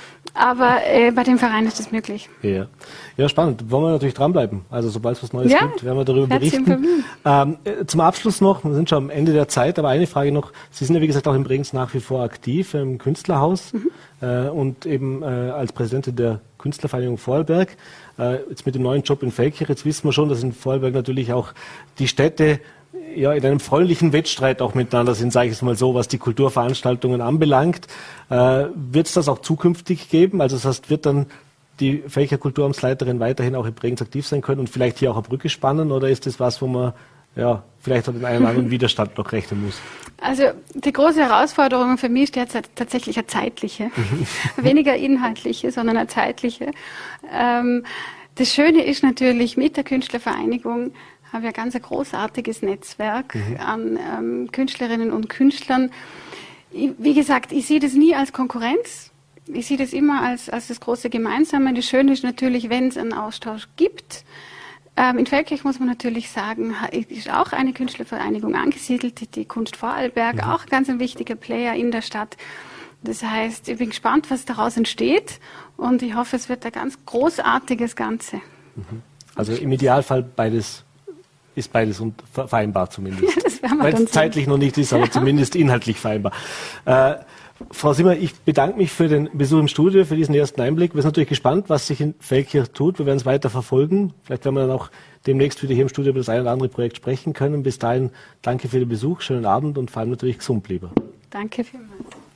C: aber äh, bei dem Verein ist das möglich. Ja.
B: Ja, spannend. Wollen wir natürlich dranbleiben. Also sobald es was Neues ja, gibt, werden wir darüber berichten. Ähm, zum Abschluss noch, wir sind schon am Ende der Zeit, aber eine Frage noch. Sie sind ja wie gesagt auch in Bregenz nach wie vor aktiv im Künstlerhaus mhm. äh, und eben äh, als Präsidentin der Künstlervereinigung Vorarlberg. Äh, jetzt mit dem neuen Job in Feldkirch, jetzt wissen wir schon, dass in Vorarlberg natürlich auch die Städte ja in einem freundlichen Wettstreit auch miteinander sind, sage ich es mal so, was die Kulturveranstaltungen anbelangt. Äh, wird es das auch zukünftig geben? Also das heißt, wird dann die Feldkircher Kulturamtsleiterin weiterhin auch in Bregenz aktiv sein können und vielleicht hier auch eine Brücke spannen, oder ist das was, wo man ja vielleicht auch den einen oder anderen Widerstand noch rechnen muss?
C: Also die große Herausforderung für mich ist derzeit tatsächlich eine zeitliche, weniger inhaltliche, sondern eine zeitliche. Ähm, das Schöne ist natürlich, mit der Künstlervereinigung haben wir ein ganz großartiges Netzwerk mhm. an ähm, Künstlerinnen und Künstlern. Ich, wie gesagt, ich sehe das nie als Konkurrenz. Ich sehe das immer als, als das große Gemeinsame. Das Schöne ist natürlich, wenn es einen Austausch gibt. Ähm, in Feldkirch muss man natürlich sagen, ist auch eine Künstlervereinigung angesiedelt, die, die Kunst Vorarlberg, mhm. auch ganz ein wichtiger Player in der Stadt. Das heißt, ich bin gespannt, was daraus entsteht und ich hoffe, es wird ein ganz großartiges Ganze.
B: Mhm. Also im Idealfall beides, ist beides vereinbar zumindest.
C: Ja, das werden wir
B: Weil es zeitlich noch nicht ist, aber ja. zumindest inhaltlich vereinbar. Äh, Frau Simmer, ich bedanke mich für den Besuch im Studio, für diesen ersten Einblick. Wir sind natürlich gespannt, was sich in Feldkirch tut. Wir werden es weiter verfolgen. Vielleicht werden wir dann auch demnächst wieder hier im Studio über das ein oder andere Projekt sprechen können. Bis dahin danke für den Besuch, schönen Abend und vor allem natürlich gesund bleiben.
C: Danke vielmals.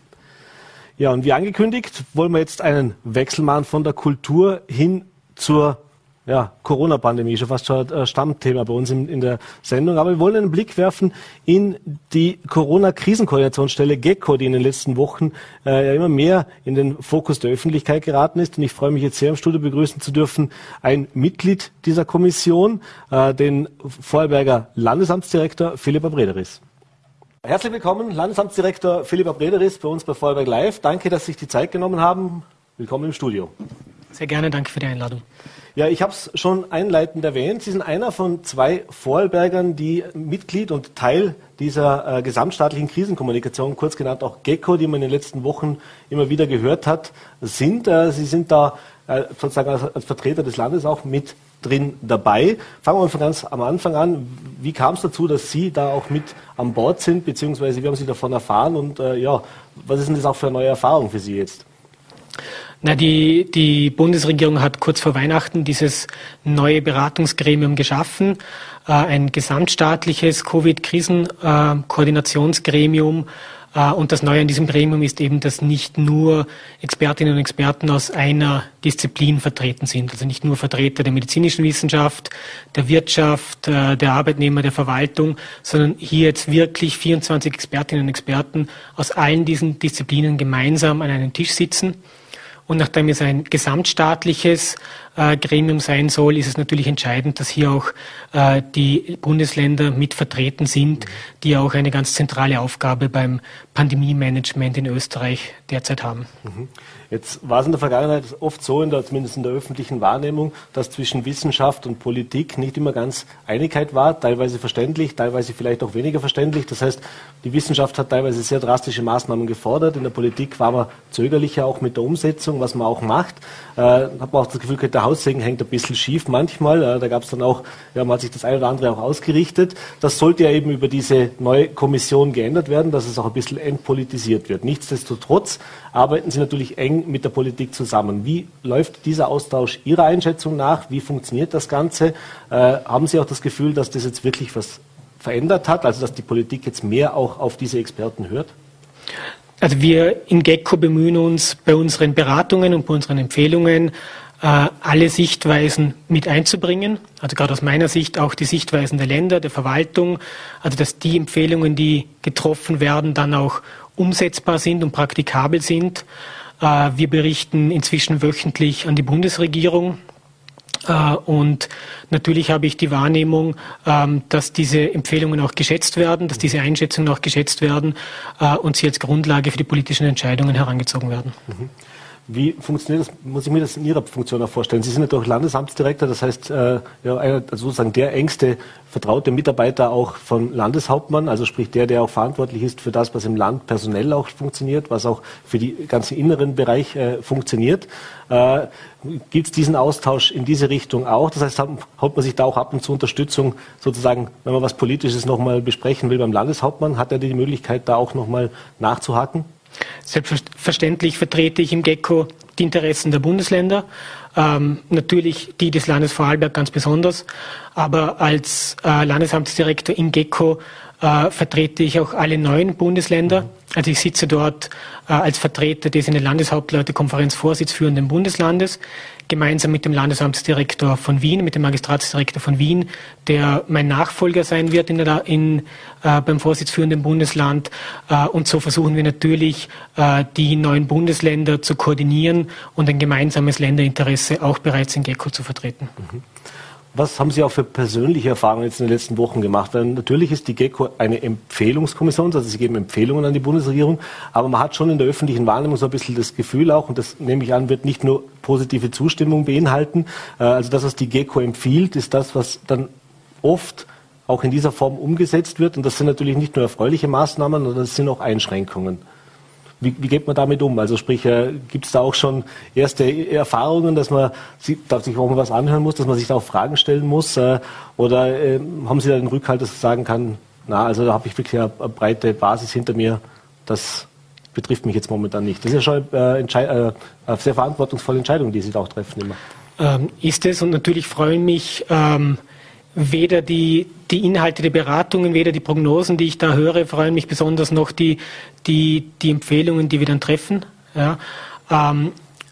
B: Ja, und wie angekündigt, wollen wir jetzt einen Wechsel machen von der Kultur hin zur ja, Corona-Pandemie, schon fast schon ein Stammthema bei uns in, in der Sendung. Aber wir wollen einen Blick werfen in die Corona-Krisenkoordinationsstelle GECO, die in den letzten Wochen äh, ja immer mehr in den Fokus der Öffentlichkeit geraten ist. Und ich freue mich jetzt sehr, im Studio begrüßen zu dürfen ein Mitglied dieser Kommission, äh, den Vorarlberger Landesamtsdirektor Philipp Abrederis. Herzlich willkommen, Landesamtsdirektor Philipp Abrederis bei uns bei Vorarlberg Live. Danke, dass Sie sich die Zeit genommen haben. Willkommen im Studio.
D: Sehr gerne, danke für die Einladung.
B: Ja, ich habe es schon einleitend erwähnt. Sie sind einer von zwei Vorarlbergern, die Mitglied und Teil dieser äh, gesamtstaatlichen Krisenkommunikation, kurz genannt auch GECO, die man in den letzten Wochen immer wieder gehört hat, sind. Äh, Sie sind da äh, sozusagen als, als Vertreter des Landes auch mit drin dabei. Fangen wir von ganz am Anfang an. Wie kam es dazu, dass Sie da auch mit an Bord sind, beziehungsweise wie haben Sie davon erfahren und äh, ja, was ist denn das auch für eine neue Erfahrung für Sie jetzt?
D: Na, die, die Bundesregierung hat kurz vor Weihnachten dieses neue Beratungsgremium geschaffen, äh, ein gesamtstaatliches Covid-Krisenkoordinationsgremium, Und das Neue an diesem Gremium ist eben, dass nicht nur Expertinnen und Experten aus einer Disziplin vertreten sind, also nicht nur Vertreter der medizinischen Wissenschaft, der Wirtschaft, der Arbeitnehmer, der Verwaltung, sondern hier jetzt wirklich vierundzwanzig Expertinnen und Experten aus allen diesen Disziplinen gemeinsam an einem Tisch sitzen. Und nachdem es ein gesamtstaatliches äh, Gremium sein soll, ist es natürlich entscheidend, dass hier auch äh, die Bundesländer mit vertreten sind, die auch eine ganz zentrale Aufgabe beim Pandemie-Management in Österreich derzeit haben.
B: Mhm. Jetzt war es in der Vergangenheit oft so, in der, zumindest in der öffentlichen Wahrnehmung, dass zwischen Wissenschaft und Politik nicht immer ganz Einigkeit war, teilweise verständlich, teilweise vielleicht auch weniger verständlich. Das heißt, die Wissenschaft hat teilweise sehr drastische Maßnahmen gefordert. In der Politik war man zögerlicher auch mit der Umsetzung, was man auch macht. Äh, hat man auch das Gefühl, der Haussegen hängt ein bisschen schief manchmal. Äh, da gab es dann auch, ja, man hat sich das eine oder andere auch ausgerichtet. Das sollte ja eben über diese neue Kommission geändert werden, dass es auch ein bisschen entpolitisiert wird. Nichtsdestotrotz arbeiten Sie natürlich eng mit der Politik zusammen. Wie läuft dieser Austausch Ihrer Einschätzung nach? Wie funktioniert das Ganze? Äh, haben Sie auch das Gefühl, dass das jetzt wirklich was verändert hat, also dass die Politik jetzt mehr auch auf diese Experten hört?
D: Also wir in GECKO bemühen uns bei unseren Beratungen und bei unseren Empfehlungen, äh, alle Sichtweisen mit einzubringen. Also gerade aus meiner Sicht auch die Sichtweisen der Länder, der Verwaltung, also dass die Empfehlungen, die getroffen werden, dann auch umsetzbar sind und praktikabel sind. Wir berichten inzwischen wöchentlich an die Bundesregierung und natürlich habe ich die Wahrnehmung, dass diese Empfehlungen auch geschätzt werden, dass diese Einschätzungen auch geschätzt werden und sie als Grundlage für die politischen Entscheidungen herangezogen werden.
B: Mhm. Wie funktioniert das? Muss ich mir das in Ihrer Funktion auch vorstellen? Sie sind natürlich Landesamtsdirektor, das heißt, äh, ja, einer, also sozusagen der engste vertraute Mitarbeiter auch von Landeshauptmann, also sprich der, der auch verantwortlich ist für das, was im Land personell auch funktioniert, was auch für die ganzen inneren Bereich äh, funktioniert. Äh, Gibt es diesen Austausch in diese Richtung auch? Das heißt, holt man sich da auch ab und zu Unterstützung sozusagen, wenn man was Politisches nochmal besprechen will beim Landeshauptmann, hat er die Möglichkeit, da auch nochmal nachzuhaken?
D: Selbstverständlich vertrete ich im GECKO die Interessen der Bundesländer, ähm, natürlich die des Landes Vorarlberg ganz besonders, aber als äh, Landesamtsdirektor im GECKO äh, vertrete ich auch alle neuen Bundesländer. Also ich sitze dort äh, als Vertreter des in der Landeshauptleutekonferenz vorsitzführenden Bundeslandes, gemeinsam mit dem Landesamtsdirektor von Wien, mit dem Magistratsdirektor von Wien, der mein Nachfolger sein wird in der, in, äh, beim vorsitzführenden Bundesland. Äh, und so versuchen wir natürlich, äh, die neuen Bundesländer zu koordinieren und ein gemeinsames Länderinteresse auch bereits in GECKO zu vertreten.
B: Mhm. Was haben Sie auch für persönliche Erfahrungen jetzt in den letzten Wochen gemacht? Weil natürlich ist die GECKO eine Empfehlungskommission, also Sie geben Empfehlungen an die Bundesregierung, aber man hat schon in der öffentlichen Wahrnehmung so ein bisschen das Gefühl auch, und das nehme ich an, wird nicht nur positive Zustimmung beinhalten, also das, was die GECKO empfiehlt, ist das, was dann oft auch in dieser Form umgesetzt wird, und das sind natürlich nicht nur erfreuliche Maßnahmen, sondern das sind auch Einschränkungen. Wie, wie geht man damit um? Also sprich, äh, gibt es da auch schon erste Erfahrungen, dass man sich auch mal was anhören muss, dass man sich da auch Fragen stellen muss? Äh, oder äh, haben Sie da den Rückhalt, dass man sagen kann, na, also da habe ich wirklich eine, eine breite Basis hinter mir, das betrifft mich jetzt momentan nicht. Das ist ja schon äh, äh, eine sehr verantwortungsvolle Entscheidung, die Sie da auch treffen immer.
D: Ähm, ist es, und natürlich freuen mich ähm, weder die, die Inhalte der Beratungen, weder die Prognosen, die ich da höre, freuen mich besonders noch die, die, die Empfehlungen, die wir dann treffen. Ja. Ähm,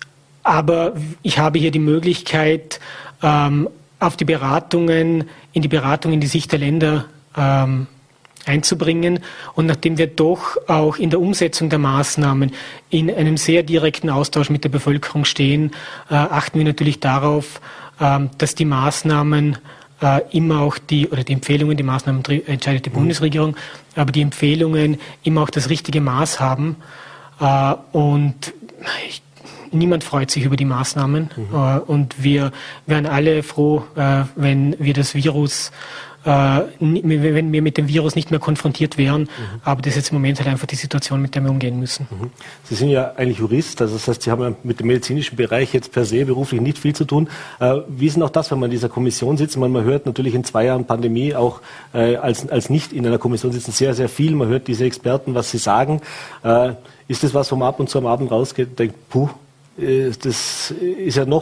D: aber ich habe hier die Möglichkeit, ähm, auf die Beratungen, in die Beratungen, in die Sicht der Länder ähm, einzubringen. Und nachdem wir doch auch in der Umsetzung der Maßnahmen in einem sehr direkten Austausch mit der Bevölkerung stehen, äh, achten wir natürlich darauf, äh, dass die Maßnahmen äh, immer auch die, oder die Empfehlungen, die Maßnahmen entscheidet die mhm. Bundesregierung, aber die Empfehlungen immer auch das richtige Maß haben. Äh, und ich, niemand freut sich über die Maßnahmen. Mhm. Äh, und wir wären alle froh, äh, wenn wir das Virus wenn wir mit dem Virus nicht mehr konfrontiert wären. Mhm. Aber das ist jetzt im Moment halt einfach die Situation, mit der wir umgehen müssen. Mhm.
B: Sie sind ja eigentlich Jurist, also das heißt, Sie haben ja mit dem medizinischen Bereich jetzt per se beruflich nicht viel zu tun. Äh, wie ist denn auch das, wenn man in dieser Kommission sitzt? Man, man hört natürlich in zwei Jahren Pandemie auch äh, als, als nicht in einer Kommission sitzen sehr, sehr viel. Man hört diese Experten, was sie sagen. Äh, ist das was, wo man ab und zu am Abend rausgeht und denkt, puh, äh, das ist ja noch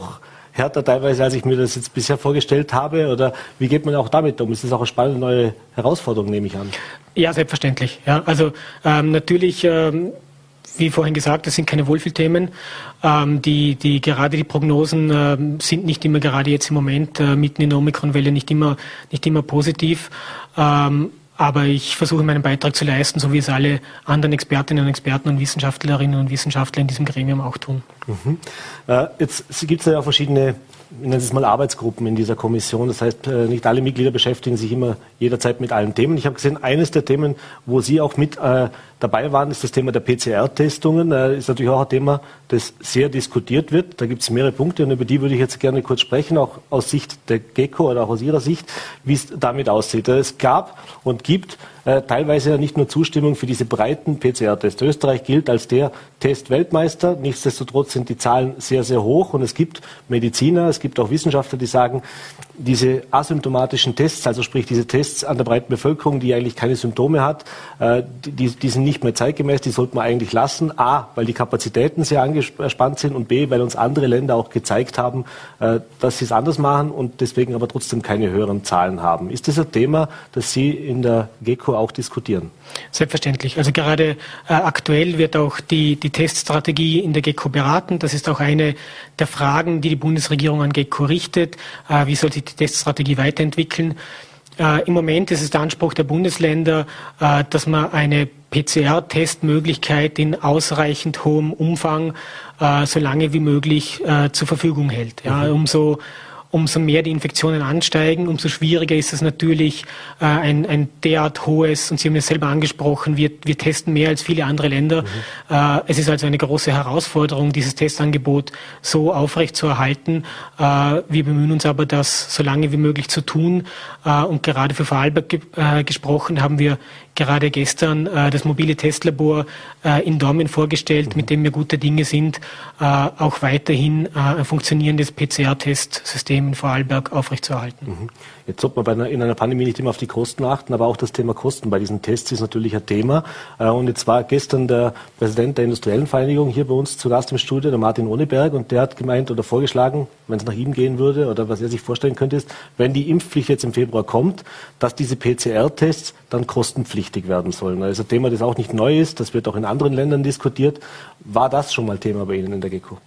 B: härter teilweise, als ich mir das jetzt bisher vorgestellt habe? Oder wie geht man auch damit um? Ist das auch eine spannende neue Herausforderung, nehme ich an?
D: Ja, selbstverständlich. Ja, also ähm, natürlich, ähm, wie vorhin gesagt, das sind keine Wohlfühlthemen. Ähm, die, die, gerade die Prognosen ähm, sind nicht immer, gerade jetzt im Moment, äh, mitten in der Omikron-Welle, nicht immer, nicht immer positiv. Ähm, Aber ich versuche, meinen Beitrag zu leisten, so wie es alle anderen Expertinnen und Experten und Wissenschaftlerinnen und Wissenschaftler in diesem Gremium auch tun.
B: Mhm. Äh, jetzt gibt es ja verschiedene, ich nenne es mal Arbeitsgruppen in dieser Kommission. Das heißt, äh, nicht alle Mitglieder beschäftigen sich immer jederzeit mit allen Themen. Ich habe gesehen, eines der Themen, wo Sie auch mit äh, dabei waren, ist das Thema der P C R-Testungen. Äh, ist natürlich auch ein Thema, das sehr diskutiert wird. Da gibt es mehrere Punkte und über die würde ich jetzt gerne kurz sprechen, auch aus Sicht der GECO oder auch aus Ihrer Sicht, wie es damit aussieht. Es gab und gibt äh, teilweise ja nicht nur Zustimmung für diese breiten P C R-Tests. Österreich gilt als der Testweltmeister. Nichtsdestotrotz sind die Zahlen sehr, sehr hoch und es gibt Mediziner, es gibt auch Wissenschaftler, die sagen, diese asymptomatischen Tests, also sprich diese Tests an der breiten Bevölkerung, die eigentlich keine Symptome hat, äh, die, die sind nicht mehr zeitgemäß, die sollte man eigentlich lassen. A, weil die Kapazitäten sehr angespannt sind und B, weil uns andere Länder auch gezeigt haben, äh, dass sie es anders machen und deswegen aber trotzdem keine höheren Zahlen haben. Ist das ein Thema, das Sie in der GECO auch diskutieren?
D: Selbstverständlich. Also gerade äh, aktuell wird auch die, die Teststrategie in der GECO beraten. Das ist auch eine der Fragen, die die Bundesregierung an GECO richtet. Äh, wie soll sich die Teststrategie weiterentwickeln? Äh, Im Moment ist es der Anspruch der Bundesländer, äh, dass man eine P C R-Testmöglichkeit in ausreichend hohem Umfang äh, so lange wie möglich äh, zur Verfügung hält. Ja, mhm. umso Umso mehr die Infektionen ansteigen, umso schwieriger ist es natürlich, äh, ein, ein derart hohes, und Sie haben es selber angesprochen, wir, wir testen mehr als viele andere Länder. Mhm. Äh, es ist also eine große Herausforderung, dieses Testangebot so aufrechtzuerhalten. Äh, wir bemühen uns aber, das so lange wie möglich zu tun. Äh, und gerade für Vorarlberg ge äh, gesprochen haben wir gerade gestern äh, das mobile Testlabor äh, in Dormen vorgestellt, mhm. mit dem wir guter Dinge sind, äh, auch weiterhin äh, ein funktionierendes P C R-Testsystem in Vorarlberg aufrechtzuerhalten. Mhm.
B: Jetzt sollte man bei einer, in einer Pandemie nicht immer auf die Kosten achten, aber auch das Thema Kosten bei diesen Tests ist natürlich ein Thema. Äh, und jetzt war gestern der Präsident der Industriellen Vereinigung hier bei uns zu Gast im Studio, der Martin Ohneberg, und der hat gemeint oder vorgeschlagen, wenn es nach ihm gehen würde oder was er sich vorstellen könnte, ist, wenn die Impfpflicht jetzt im Februar kommt, dass diese P C R-Tests dann kostenpflichtig werden sollen. Das ist ein Thema, das auch nicht neu ist, das wird auch in anderen Ländern diskutiert. War das schon mal Thema bei Ihnen in der GECO?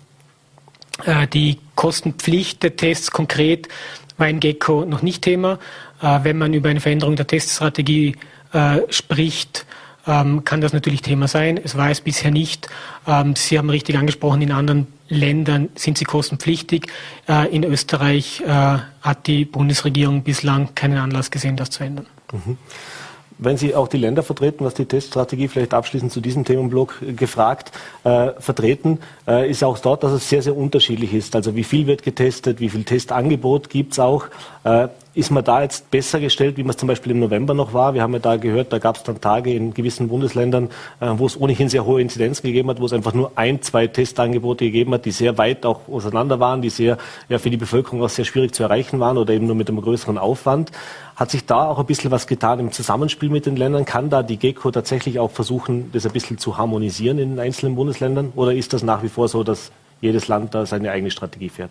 D: Die Kostenpflicht der Tests konkret war in GECO noch nicht Thema. Wenn man über eine Veränderung der Teststrategie spricht, kann das natürlich Thema sein. Es war es bisher nicht. Sie haben richtig angesprochen, in anderen Ländern sind sie kostenpflichtig. In Österreich hat die Bundesregierung bislang keinen Anlass gesehen, das zu ändern.
B: Mhm. Wenn Sie auch die Länder vertreten, was die Teststrategie vielleicht abschließend zu diesem Themenblock gefragt, äh, vertreten, äh, ist auch dort, dass es sehr, sehr unterschiedlich ist. Also wie viel wird getestet, wie viel Testangebot gibt es auch. Äh, ist man da jetzt besser gestellt, wie man es zum Beispiel im November noch war? Wir haben ja da gehört, da gab es dann Tage in gewissen Bundesländern, äh, wo es ohnehin sehr hohe Inzidenzen gegeben hat, wo es einfach nur ein, zwei Testangebote gegeben hat, die sehr weit auch auseinander waren, die sehr ja, für die Bevölkerung auch sehr schwierig zu erreichen waren oder eben nur mit einem größeren Aufwand. Hat sich da auch ein bisschen was getan im Zusammenspiel mit den Ländern? Kann da die GECO tatsächlich auch versuchen, das ein bisschen zu harmonisieren in den einzelnen Bundesländern? Oder ist das nach wie vor so, dass jedes Land da seine eigene Strategie fährt?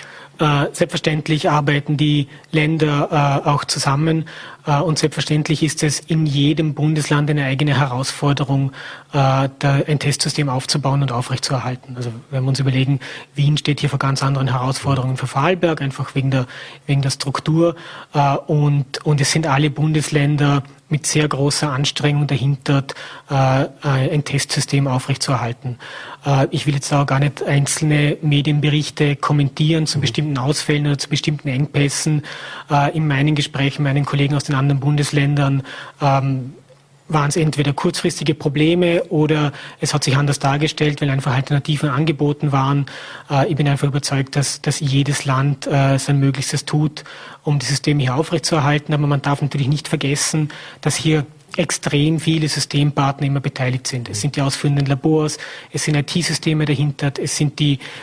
D: Äh, selbstverständlich arbeiten die Länder äh, auch zusammen äh, und selbstverständlich ist es in jedem Bundesland eine eigene Herausforderung, äh, da ein Testsystem aufzubauen und aufrechtzuerhalten. Also wenn wir uns überlegen, Wien steht hier vor ganz anderen Herausforderungen für Vorarlberg, einfach wegen der, wegen der Struktur äh, und, und es sind alle Bundesländer mit sehr großer Anstrengung dahinter, äh, ein Testsystem aufrechtzuerhalten. Äh, ich will jetzt auch gar nicht einzelne Medienberichte kommentieren zu bestimmten Ausfällen oder zu bestimmten Engpässen. Äh, in meinen Gesprächen mit meinen Kollegen aus den anderen Bundesländern ähm, waren es entweder kurzfristige Probleme oder es hat sich anders dargestellt, weil einfach Alternativen angeboten waren. Äh, ich bin einfach überzeugt, dass, dass jedes Land äh, sein Möglichstes tut, um das System hier aufrechtzuerhalten. Aber man darf natürlich nicht vergessen, dass hier extrem viele Systempartner immer beteiligt sind. Es sind die ausführenden Labors, es sind I T-Systeme dahinter, es sind die, die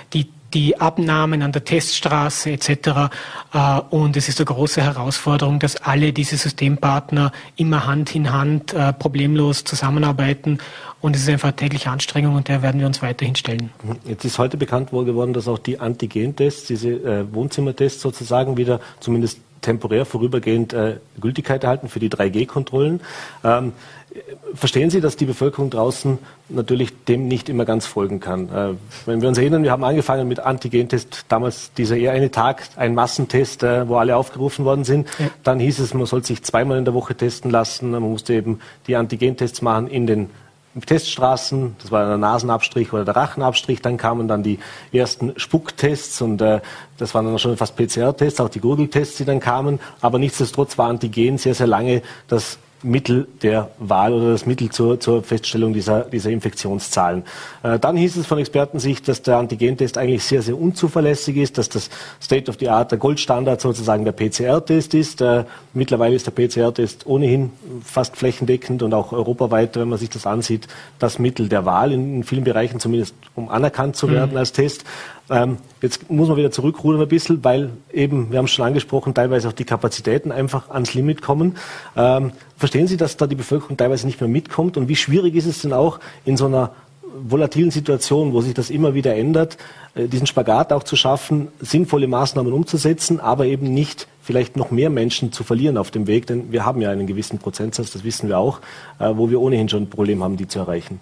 D: die Abnahmen an der Teststraße et cetera. Äh, und es ist eine große Herausforderung, dass alle diese Systempartner immer Hand in Hand äh, problemlos zusammenarbeiten. Und es ist einfach eine tägliche Anstrengung und der werden wir uns weiterhin stellen.
B: Jetzt ist heute bekannt geworden, dass auch die Antigentests, diese äh, Wohnzimmertests sozusagen wieder zumindest temporär vorübergehend äh, Gültigkeit erhalten für die drei G Kontrollen. Ähm, verstehen Sie, dass die Bevölkerung draußen natürlich dem nicht immer ganz folgen kann? Äh, wenn wir uns erinnern, wir haben angefangen mit Antigentest, damals dieser eher eine Tag, ein Massentest, äh, wo alle aufgerufen worden sind. Ja. Dann hieß es, man soll sich zweimal in der Woche testen lassen. Man musste eben die Antigentests machen in den Teststraßen, das war der Nasenabstrich oder der Rachenabstrich, dann kamen dann die ersten Spucktests und äh, das waren dann schon fast P C R-Tests, auch die Gurgeltests, die dann kamen, aber nichtsdestotrotz war Antigen sehr, sehr lange das Mittel der Wahl oder das Mittel zur, zur Feststellung dieser, dieser Infektionszahlen. Äh, dann hieß es von Expertensicht, dass der Antigentest eigentlich sehr, sehr unzuverlässig ist, dass das State of the Art, der Goldstandard sozusagen der P C R-Test ist. Äh, mittlerweile ist der P C R-Test ohnehin fast flächendeckend und auch europaweit, wenn man sich das ansieht, das Mittel der Wahl in, in vielen Bereichen, zumindest um anerkannt zu werden mhm. als Test. Ähm, jetzt muss man wieder zurückrudern ein bisschen, weil eben, wir haben es schon angesprochen, teilweise auch die Kapazitäten einfach ans Limit kommen. Ähm, verstehen Sie, dass da die Bevölkerung teilweise nicht mehr mitkommt? Und wie schwierig ist es denn auch in so einer volatilen Situation, wo sich das immer wieder ändert, äh, diesen Spagat auch zu schaffen, sinnvolle Maßnahmen umzusetzen, aber eben nicht vielleicht noch mehr Menschen zu verlieren auf dem Weg? Denn wir haben ja einen gewissen Prozentsatz, das wissen wir auch, äh, wo wir ohnehin schon ein Problem haben, die zu erreichen.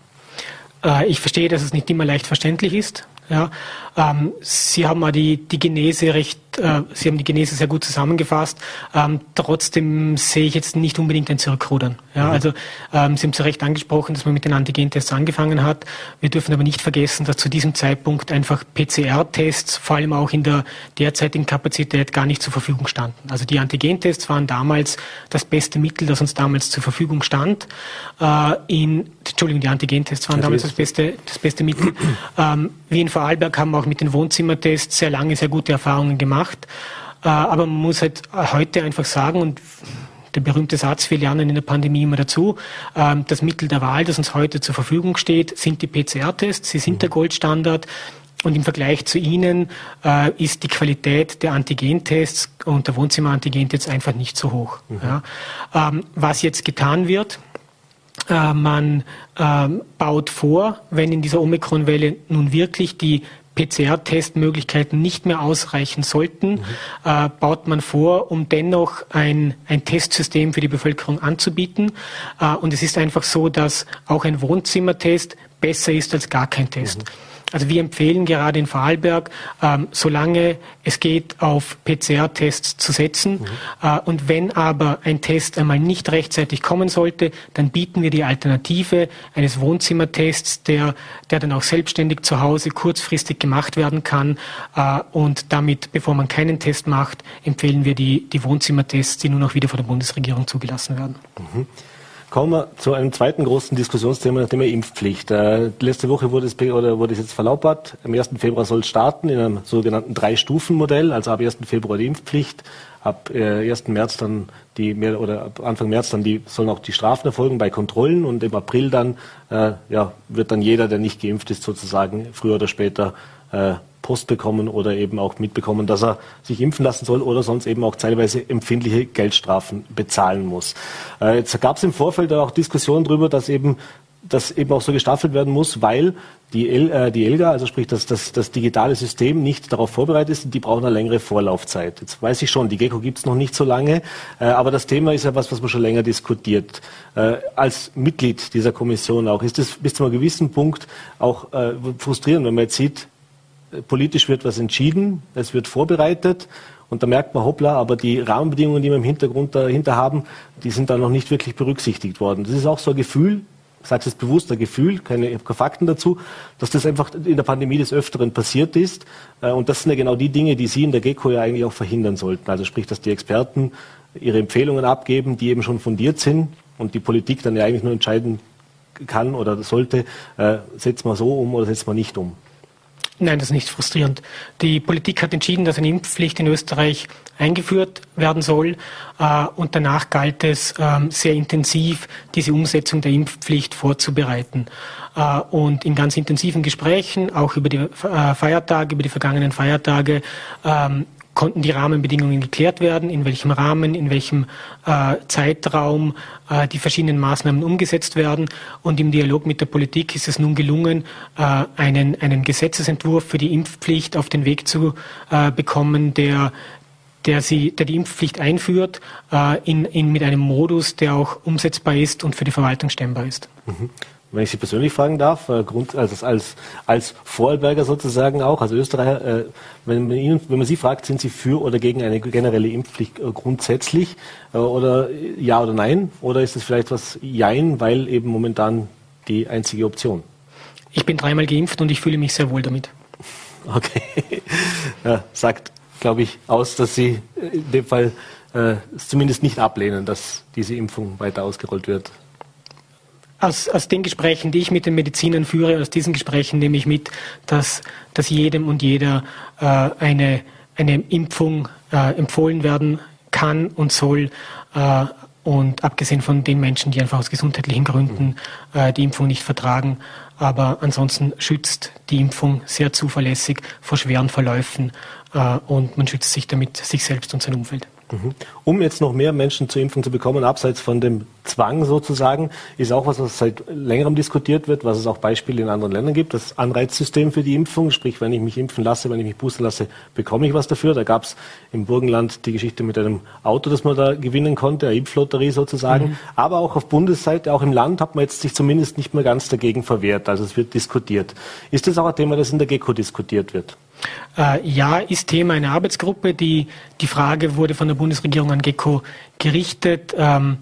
D: Äh, ich verstehe, dass es nicht immer leicht verständlich ist. Ja, ähm, Sie haben mal die, die Genese recht, äh, Sie haben die Genese sehr gut zusammengefasst. Ähm, trotzdem sehe ich jetzt nicht unbedingt ein Zurückrudern. Ja, mhm. Also ähm, Sie haben zu Recht angesprochen, dass man mit den Antigentests angefangen hat. Wir dürfen aber nicht vergessen, dass zu diesem Zeitpunkt einfach P C R-Tests, vor allem auch in der derzeitigen Kapazität, gar nicht zur Verfügung standen. Also die Antigentests waren damals das beste Mittel, das uns damals zur Verfügung stand. Äh, in, Entschuldigung, die Antigentests waren das damals das beste, das beste Mittel. Ähm, wir in Vorarlberg haben auch mit den Wohnzimmertests sehr lange, sehr gute Erfahrungen gemacht. Äh, aber man muss halt heute einfach sagen, und der berühmte Satz, wir lernen in der Pandemie immer dazu, äh, das Mittel der Wahl, das uns heute zur Verfügung steht, sind die P C R-Tests. Sie sind der Goldstandard. Und im Vergleich zu ihnen äh, ist die Qualität der Antigentests und der Wohnzimmer-Antigentests einfach nicht so hoch. Mhm. Ja. Ähm, was jetzt getan wird, äh, man äh, baut vor, wenn in dieser Omikron-Welle nun wirklich die P C R-Testmöglichkeiten nicht mehr ausreichen sollten, mhm. äh, baut man vor, um dennoch ein, ein Testsystem für die Bevölkerung anzubieten. Äh, und es ist einfach so, dass auch ein Wohnzimmertest besser ist als gar kein Test. Mhm. Also wir empfehlen gerade in Vorarlberg, ähm, solange es geht, auf P C R-Tests zu setzen. Mhm. Äh, und wenn aber ein Test einmal nicht rechtzeitig kommen sollte, dann bieten wir die Alternative eines Wohnzimmertests, der, der dann auch selbstständig zu Hause kurzfristig gemacht werden kann. Äh, und damit, bevor man keinen Test macht, empfehlen wir die, die Wohnzimmertests, die nun auch wieder von der Bundesregierung zugelassen werden.
B: Mhm. Kommen wir zu einem zweiten großen Diskussionsthema, nach dem Impfpflicht. Äh, letzte Woche wurde es, oder wurde es jetzt verlautbart. Am ersten Februar soll es starten in einem sogenannten Drei-Stufen-Modell. Also ab ersten Februar die Impfpflicht, ab äh, ersten März dann die oder ab Anfang März dann die sollen auch die Strafen erfolgen bei Kontrollen und im April dann äh, ja wird dann jeder, der nicht geimpft ist, sozusagen früher oder später äh, Post bekommen oder eben auch mitbekommen, dass er sich impfen lassen soll oder sonst eben auch teilweise empfindliche Geldstrafen bezahlen muss. Äh, jetzt gab es im Vorfeld auch Diskussionen darüber, dass eben das eben auch so gestaffelt werden muss, weil die, El, äh, die ELGA, also sprich das, das, das digitale System, nicht darauf vorbereitet ist und die brauchen eine längere Vorlaufzeit. Jetzt weiß ich schon, die GECO gibt es noch nicht so lange, äh, aber das Thema ist ja was, was man schon länger diskutiert. Äh, als Mitglied dieser Kommission auch, ist es bis zu einem gewissen Punkt auch äh, frustrierend, wenn man jetzt sieht, politisch wird was entschieden, es wird vorbereitet und da merkt man, hoppla, aber die Rahmenbedingungen, die wir im Hintergrund dahinter haben, die sind da noch nicht wirklich berücksichtigt worden. Das ist auch so ein Gefühl, ich sage es jetzt bewusst, ein Gefühl, keine, ich habe keine Fakten dazu, dass das einfach in der Pandemie des Öfteren passiert ist. Und das sind ja genau die Dinge, die Sie in der GECO ja eigentlich auch verhindern sollten. Also sprich, dass die Experten ihre Empfehlungen abgeben, die eben schon fundiert sind und die Politik dann ja eigentlich nur entscheiden kann oder sollte, äh, setzt man so um oder setzt man nicht um.
D: Nein, das ist nicht frustrierend. Die Politik hat entschieden, dass eine Impfpflicht in Österreich eingeführt werden soll. Äh, und danach galt es, äh, sehr intensiv diese Umsetzung der Impfpflicht vorzubereiten. Äh, und in ganz intensiven Gesprächen, auch über die äh, Feiertage, über die vergangenen Feiertage, äh, konnten die Rahmenbedingungen geklärt werden, in welchem Rahmen, in welchem äh, Zeitraum äh, die verschiedenen Maßnahmen umgesetzt werden. Und im Dialog mit der Politik ist es nun gelungen, äh, einen, einen Gesetzesentwurf für die Impfpflicht auf den Weg zu äh, bekommen, der der, sie, der die Impfpflicht einführt, äh, in, in, mit einem Modus, der auch umsetzbar ist und für die Verwaltung stemmbar ist.
B: Mhm. Wenn ich Sie persönlich fragen darf, äh, Grund, also als, als Vorarlberger sozusagen auch, als Österreicher, äh, wenn, man Ihnen, wenn man Sie fragt, sind Sie für oder gegen eine generelle Impfpflicht äh, grundsätzlich äh, oder ja oder nein? Oder ist es vielleicht was Jein, weil eben momentan die einzige Option?
D: Ich bin dreimal geimpft und ich fühle mich sehr wohl damit.
B: Okay. Ja, sagt, glaube ich, aus, dass Sie in dem Fall äh, zumindest nicht ablehnen, dass diese Impfung weiter ausgerollt wird.
D: Aus, aus den Gesprächen, die ich mit den Medizinern führe, aus diesen Gesprächen nehme ich mit, dass, dass jedem und jeder äh, eine, eine Impfung äh, empfohlen werden kann und soll. Äh, und abgesehen von den Menschen, die einfach aus gesundheitlichen Gründen äh, die Impfung nicht vertragen. Aber ansonsten schützt die Impfung sehr zuverlässig vor schweren Verläufen äh, und man schützt sich damit sich selbst und sein Umfeld.
B: Um jetzt noch mehr Menschen zur Impfung zu bekommen, abseits von dem Zwang sozusagen, ist auch was, was seit längerem diskutiert wird, was es auch Beispiele in anderen Ländern gibt, das Anreizsystem für die Impfung, sprich, wenn ich mich impfen lasse, wenn ich mich boostern lasse, bekomme ich was dafür. Da gab es im Burgenland die Geschichte mit einem Auto, das man da gewinnen konnte, eine Impflotterie sozusagen. Mhm. Aber auch auf Bundesseite, auch im Land, hat man jetzt sich zumindest nicht mehr ganz dagegen verwehrt. Also es wird diskutiert. Ist das auch ein Thema, das in der GECO diskutiert wird?
D: Äh, ja, ist Thema einer Arbeitsgruppe. Die, die Frage wurde von der Bundesregierung an GECO gerichtet, ähm,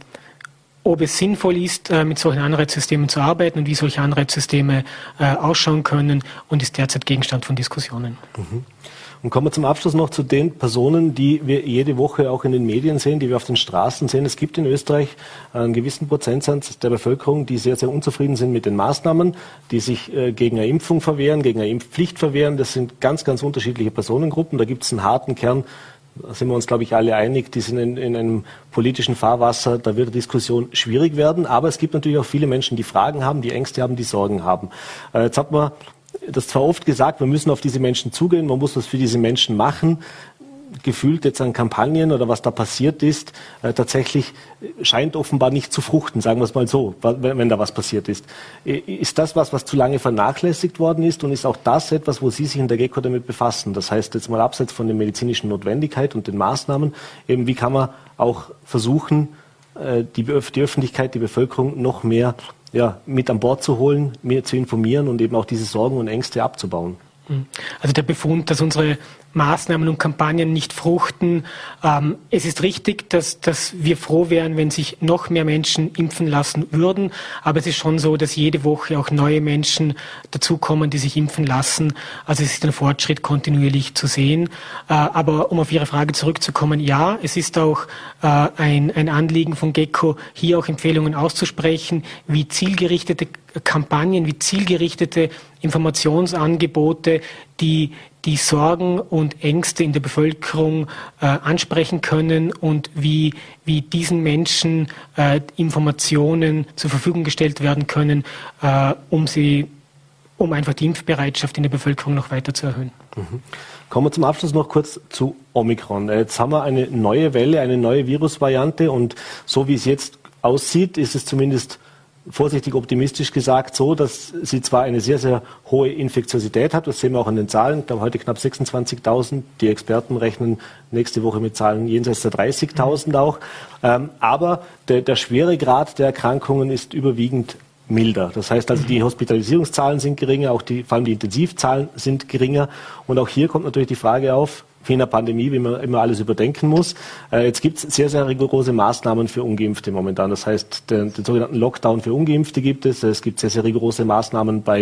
D: ob es sinnvoll ist, äh, mit solchen Anreizsystemen zu arbeiten und wie solche Anreizsysteme äh, ausschauen können und ist derzeit Gegenstand von Diskussionen.
B: Mhm. Und kommen wir zum Abschluss noch zu den Personen, die wir jede Woche auch in den Medien sehen, die wir auf den Straßen sehen. Es gibt in Österreich einen gewissen Prozentsatz der Bevölkerung, die sehr, sehr unzufrieden sind mit den Maßnahmen, die sich äh, gegen eine Impfung verwehren, gegen eine Impfpflicht verwehren. Das sind ganz, ganz unterschiedliche Personengruppen. Da gibt es einen harten Kern, da sind wir uns, glaube ich, alle einig, die sind in, in einem politischen Fahrwasser, da wird die Diskussion schwierig werden. Aber es gibt natürlich auch viele Menschen, die Fragen haben, die Ängste haben, die Sorgen haben. Äh, jetzt hat man das zwar oft gesagt, wir müssen auf diese Menschen zugehen, man muss was für diese Menschen machen. Gefühlt jetzt an Kampagnen oder was da passiert ist, äh, tatsächlich scheint offenbar nicht zu fruchten, sagen wir es mal so, wenn, wenn da was passiert ist. Ist das was, was zu lange vernachlässigt worden ist und ist auch das etwas, wo Sie sich in der GECO damit befassen? Das heißt jetzt mal abseits von der medizinischen Notwendigkeit und den Maßnahmen, eben wie kann man auch versuchen, äh, die, die Öffentlichkeit, die Bevölkerung noch mehr ja, mit an Bord zu holen, mehr zu informieren und eben auch diese Sorgen und Ängste abzubauen.
D: Also der Befund, dass unsere Maßnahmen und Kampagnen nicht fruchten. Ähm, es ist richtig, dass, dass wir froh wären, wenn sich noch mehr Menschen impfen lassen würden. Aber es ist schon so, dass jede Woche auch neue Menschen dazukommen, die sich impfen lassen. Also es ist ein Fortschritt kontinuierlich zu sehen. Äh, aber um auf Ihre Frage zurückzukommen, ja, es ist auch äh, ein, ein Anliegen von GECO, hier auch Empfehlungen auszusprechen, wie zielgerichtete Kampagnen, wie zielgerichtete Informationsangebote, die die Sorgen und Ängste in der Bevölkerung äh, ansprechen können und wie, wie diesen Menschen äh, Informationen zur Verfügung gestellt werden können, äh, um sie, um einfach die Impfbereitschaft in der Bevölkerung noch weiter zu erhöhen.
B: Mhm. Kommen wir zum Abschluss noch kurz zu Omikron. Jetzt haben wir eine neue Welle, eine neue Virusvariante und so wie es jetzt aussieht, ist es zumindest vorsichtig optimistisch gesagt so, dass sie zwar eine sehr, sehr hohe Infektiosität hat, das sehen wir auch an den Zahlen, ich glaube heute knapp sechsundzwanzigtausend, die Experten rechnen nächste Woche mit Zahlen jenseits der dreißigtausend auch, ähm, aber der, der schwere Grad der Erkrankungen ist überwiegend milder. Das heißt also, die Hospitalisierungszahlen sind geringer, auch die, vor allem die Intensivzahlen sind geringer und auch hier kommt natürlich die Frage auf, wie in der Pandemie, wie man immer alles überdenken muss. Äh, jetzt gibt es sehr, sehr rigorose Maßnahmen für Ungeimpfte momentan. Das heißt, den, den sogenannten Lockdown für Ungeimpfte gibt es. Es gibt sehr, sehr rigorose Maßnahmen bei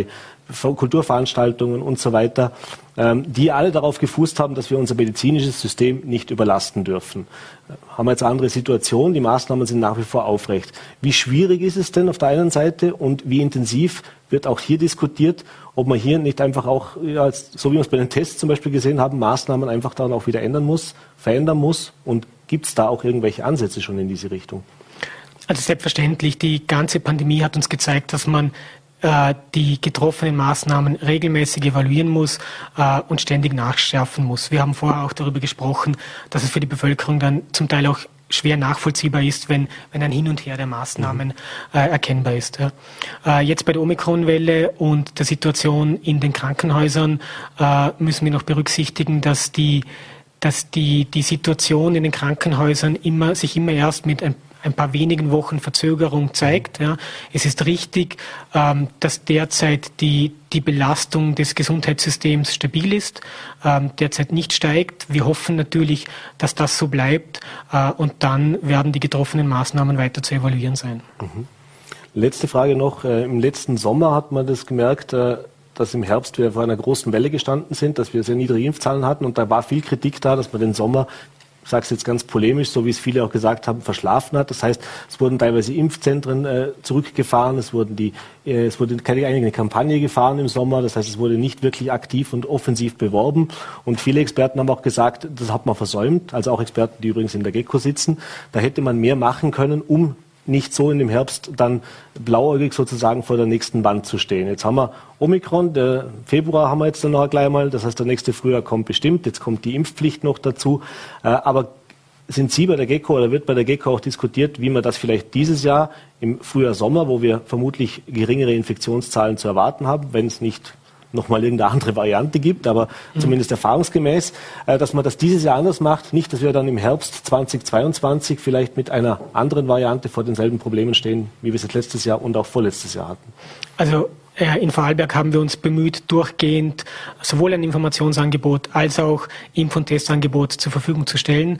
B: Kulturveranstaltungen und so weiter, ähm, die alle darauf gefußt haben, dass wir unser medizinisches System nicht überlasten dürfen. Haben wir jetzt eine andere Situation, die Maßnahmen sind nach wie vor aufrecht. Wie schwierig ist es denn auf der einen Seite und wie intensiv wird auch hier diskutiert, ob man hier nicht einfach auch, ja, so wie wir es bei den Tests zum Beispiel gesehen haben, Maßnahmen einfach dann auch wieder ändern muss, verändern muss, und gibt es da auch irgendwelche Ansätze schon in diese Richtung?
D: Also selbstverständlich, die ganze Pandemie hat uns gezeigt, dass man äh, die getroffenen Maßnahmen regelmäßig evaluieren muss äh, und ständig nachschärfen muss. Wir haben vorher auch darüber gesprochen, dass es für die Bevölkerung dann zum Teil auch schwer nachvollziehbar ist, wenn, wenn ein Hin und Her der Maßnahmen äh, erkennbar ist. Ja. Äh, jetzt bei der Omikron-Welle und der Situation in den Krankenhäusern äh, müssen wir noch berücksichtigen, dass die, dass die, die Situation in den Krankenhäusern immer, sich immer erst mit ein ein paar wenigen Wochen Verzögerung zeigt. Ja. Es ist richtig, ähm, dass derzeit die, die Belastung des Gesundheitssystems stabil ist, ähm, derzeit nicht steigt. Wir hoffen natürlich, dass das so bleibt, äh, und dann werden die getroffenen Maßnahmen weiter zu evaluieren sein.
B: Mhm. Letzte Frage noch. Äh, Im letzten Sommer hat man das gemerkt, äh, dass im Herbst wir vor einer großen Welle gestanden sind, dass wir sehr niedrige Impfzahlen hatten, und da war viel Kritik da, dass man den Sommer, ich sage es jetzt ganz polemisch, so wie es viele auch gesagt haben, verschlafen hat. Das heißt, es wurden teilweise Impfzentren äh, zurückgefahren, es wurden die, äh, es wurde keine eigene Kampagne gefahren im Sommer. Das heißt, es wurde nicht wirklich aktiv und offensiv beworben. Und viele Experten haben auch gesagt, das hat man versäumt. Also auch Experten, die übrigens in der GECO sitzen. Da hätte man mehr machen können, um nicht so in dem Herbst dann blauäugig sozusagen vor der nächsten Wand zu stehen. Jetzt haben wir Omikron, der Februar haben wir jetzt dann noch gleich mal, das heißt, der nächste Frühjahr kommt bestimmt, jetzt kommt die Impfpflicht noch dazu. Äh, aber sind Sie bei der GECO oder wird bei der GECO auch diskutiert, wie man das vielleicht dieses Jahr im Frühjahr, Sommer, wo wir vermutlich geringere Infektionszahlen zu erwarten haben, wenn es nicht nochmal irgendeine andere Variante gibt, aber mhm. zumindest erfahrungsgemäß, äh, dass man das dieses Jahr anders macht. Nicht, dass wir dann im Herbst zweitausendzweiundzwanzig vielleicht mit einer anderen Variante vor denselben Problemen stehen, wie wir es jetzt letztes Jahr und auch vorletztes Jahr hatten.
D: Also in Vorarlberg haben wir uns bemüht, durchgehend sowohl ein Informationsangebot als auch Impf- und Testangebot zur Verfügung zu stellen.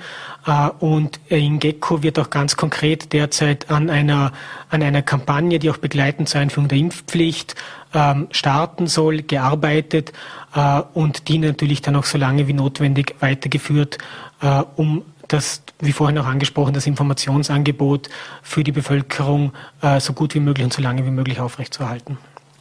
D: Und in GECO wird auch ganz konkret derzeit an einer, an einer Kampagne, die auch begleitend zur Einführung der Impfpflicht starten soll, gearbeitet und die natürlich dann auch so lange wie notwendig weitergeführt, um das, wie vorhin auch angesprochen, das Informationsangebot für die Bevölkerung so gut wie möglich und so lange wie möglich aufrechtzuerhalten.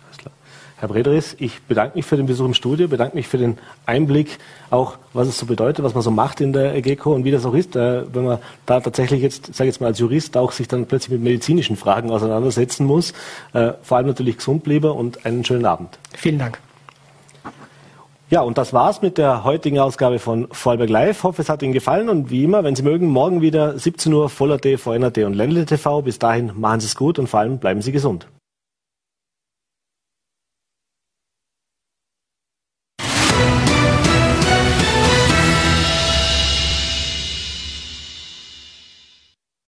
B: Herr Brederis, ich bedanke mich für den Besuch im Studio, bedanke mich für den Einblick, auch was es so bedeutet, was man so macht in der GECO und wie das auch ist, äh, wenn man da tatsächlich jetzt, sage ich jetzt mal als Jurist, auch sich dann plötzlich mit medizinischen Fragen auseinandersetzen muss. Äh, vor allem natürlich gesund bleiben und einen schönen Abend.
D: Vielen Dank.
B: Ja, und das war's mit der heutigen Ausgabe von Vorarlberg Live. Ich hoffe, es hat Ihnen gefallen und wie immer, wenn Sie mögen, morgen wieder siebzehn Uhr Voll.at, V N A T und Ländle T V. Bis dahin machen Sie es gut und vor allem bleiben Sie gesund.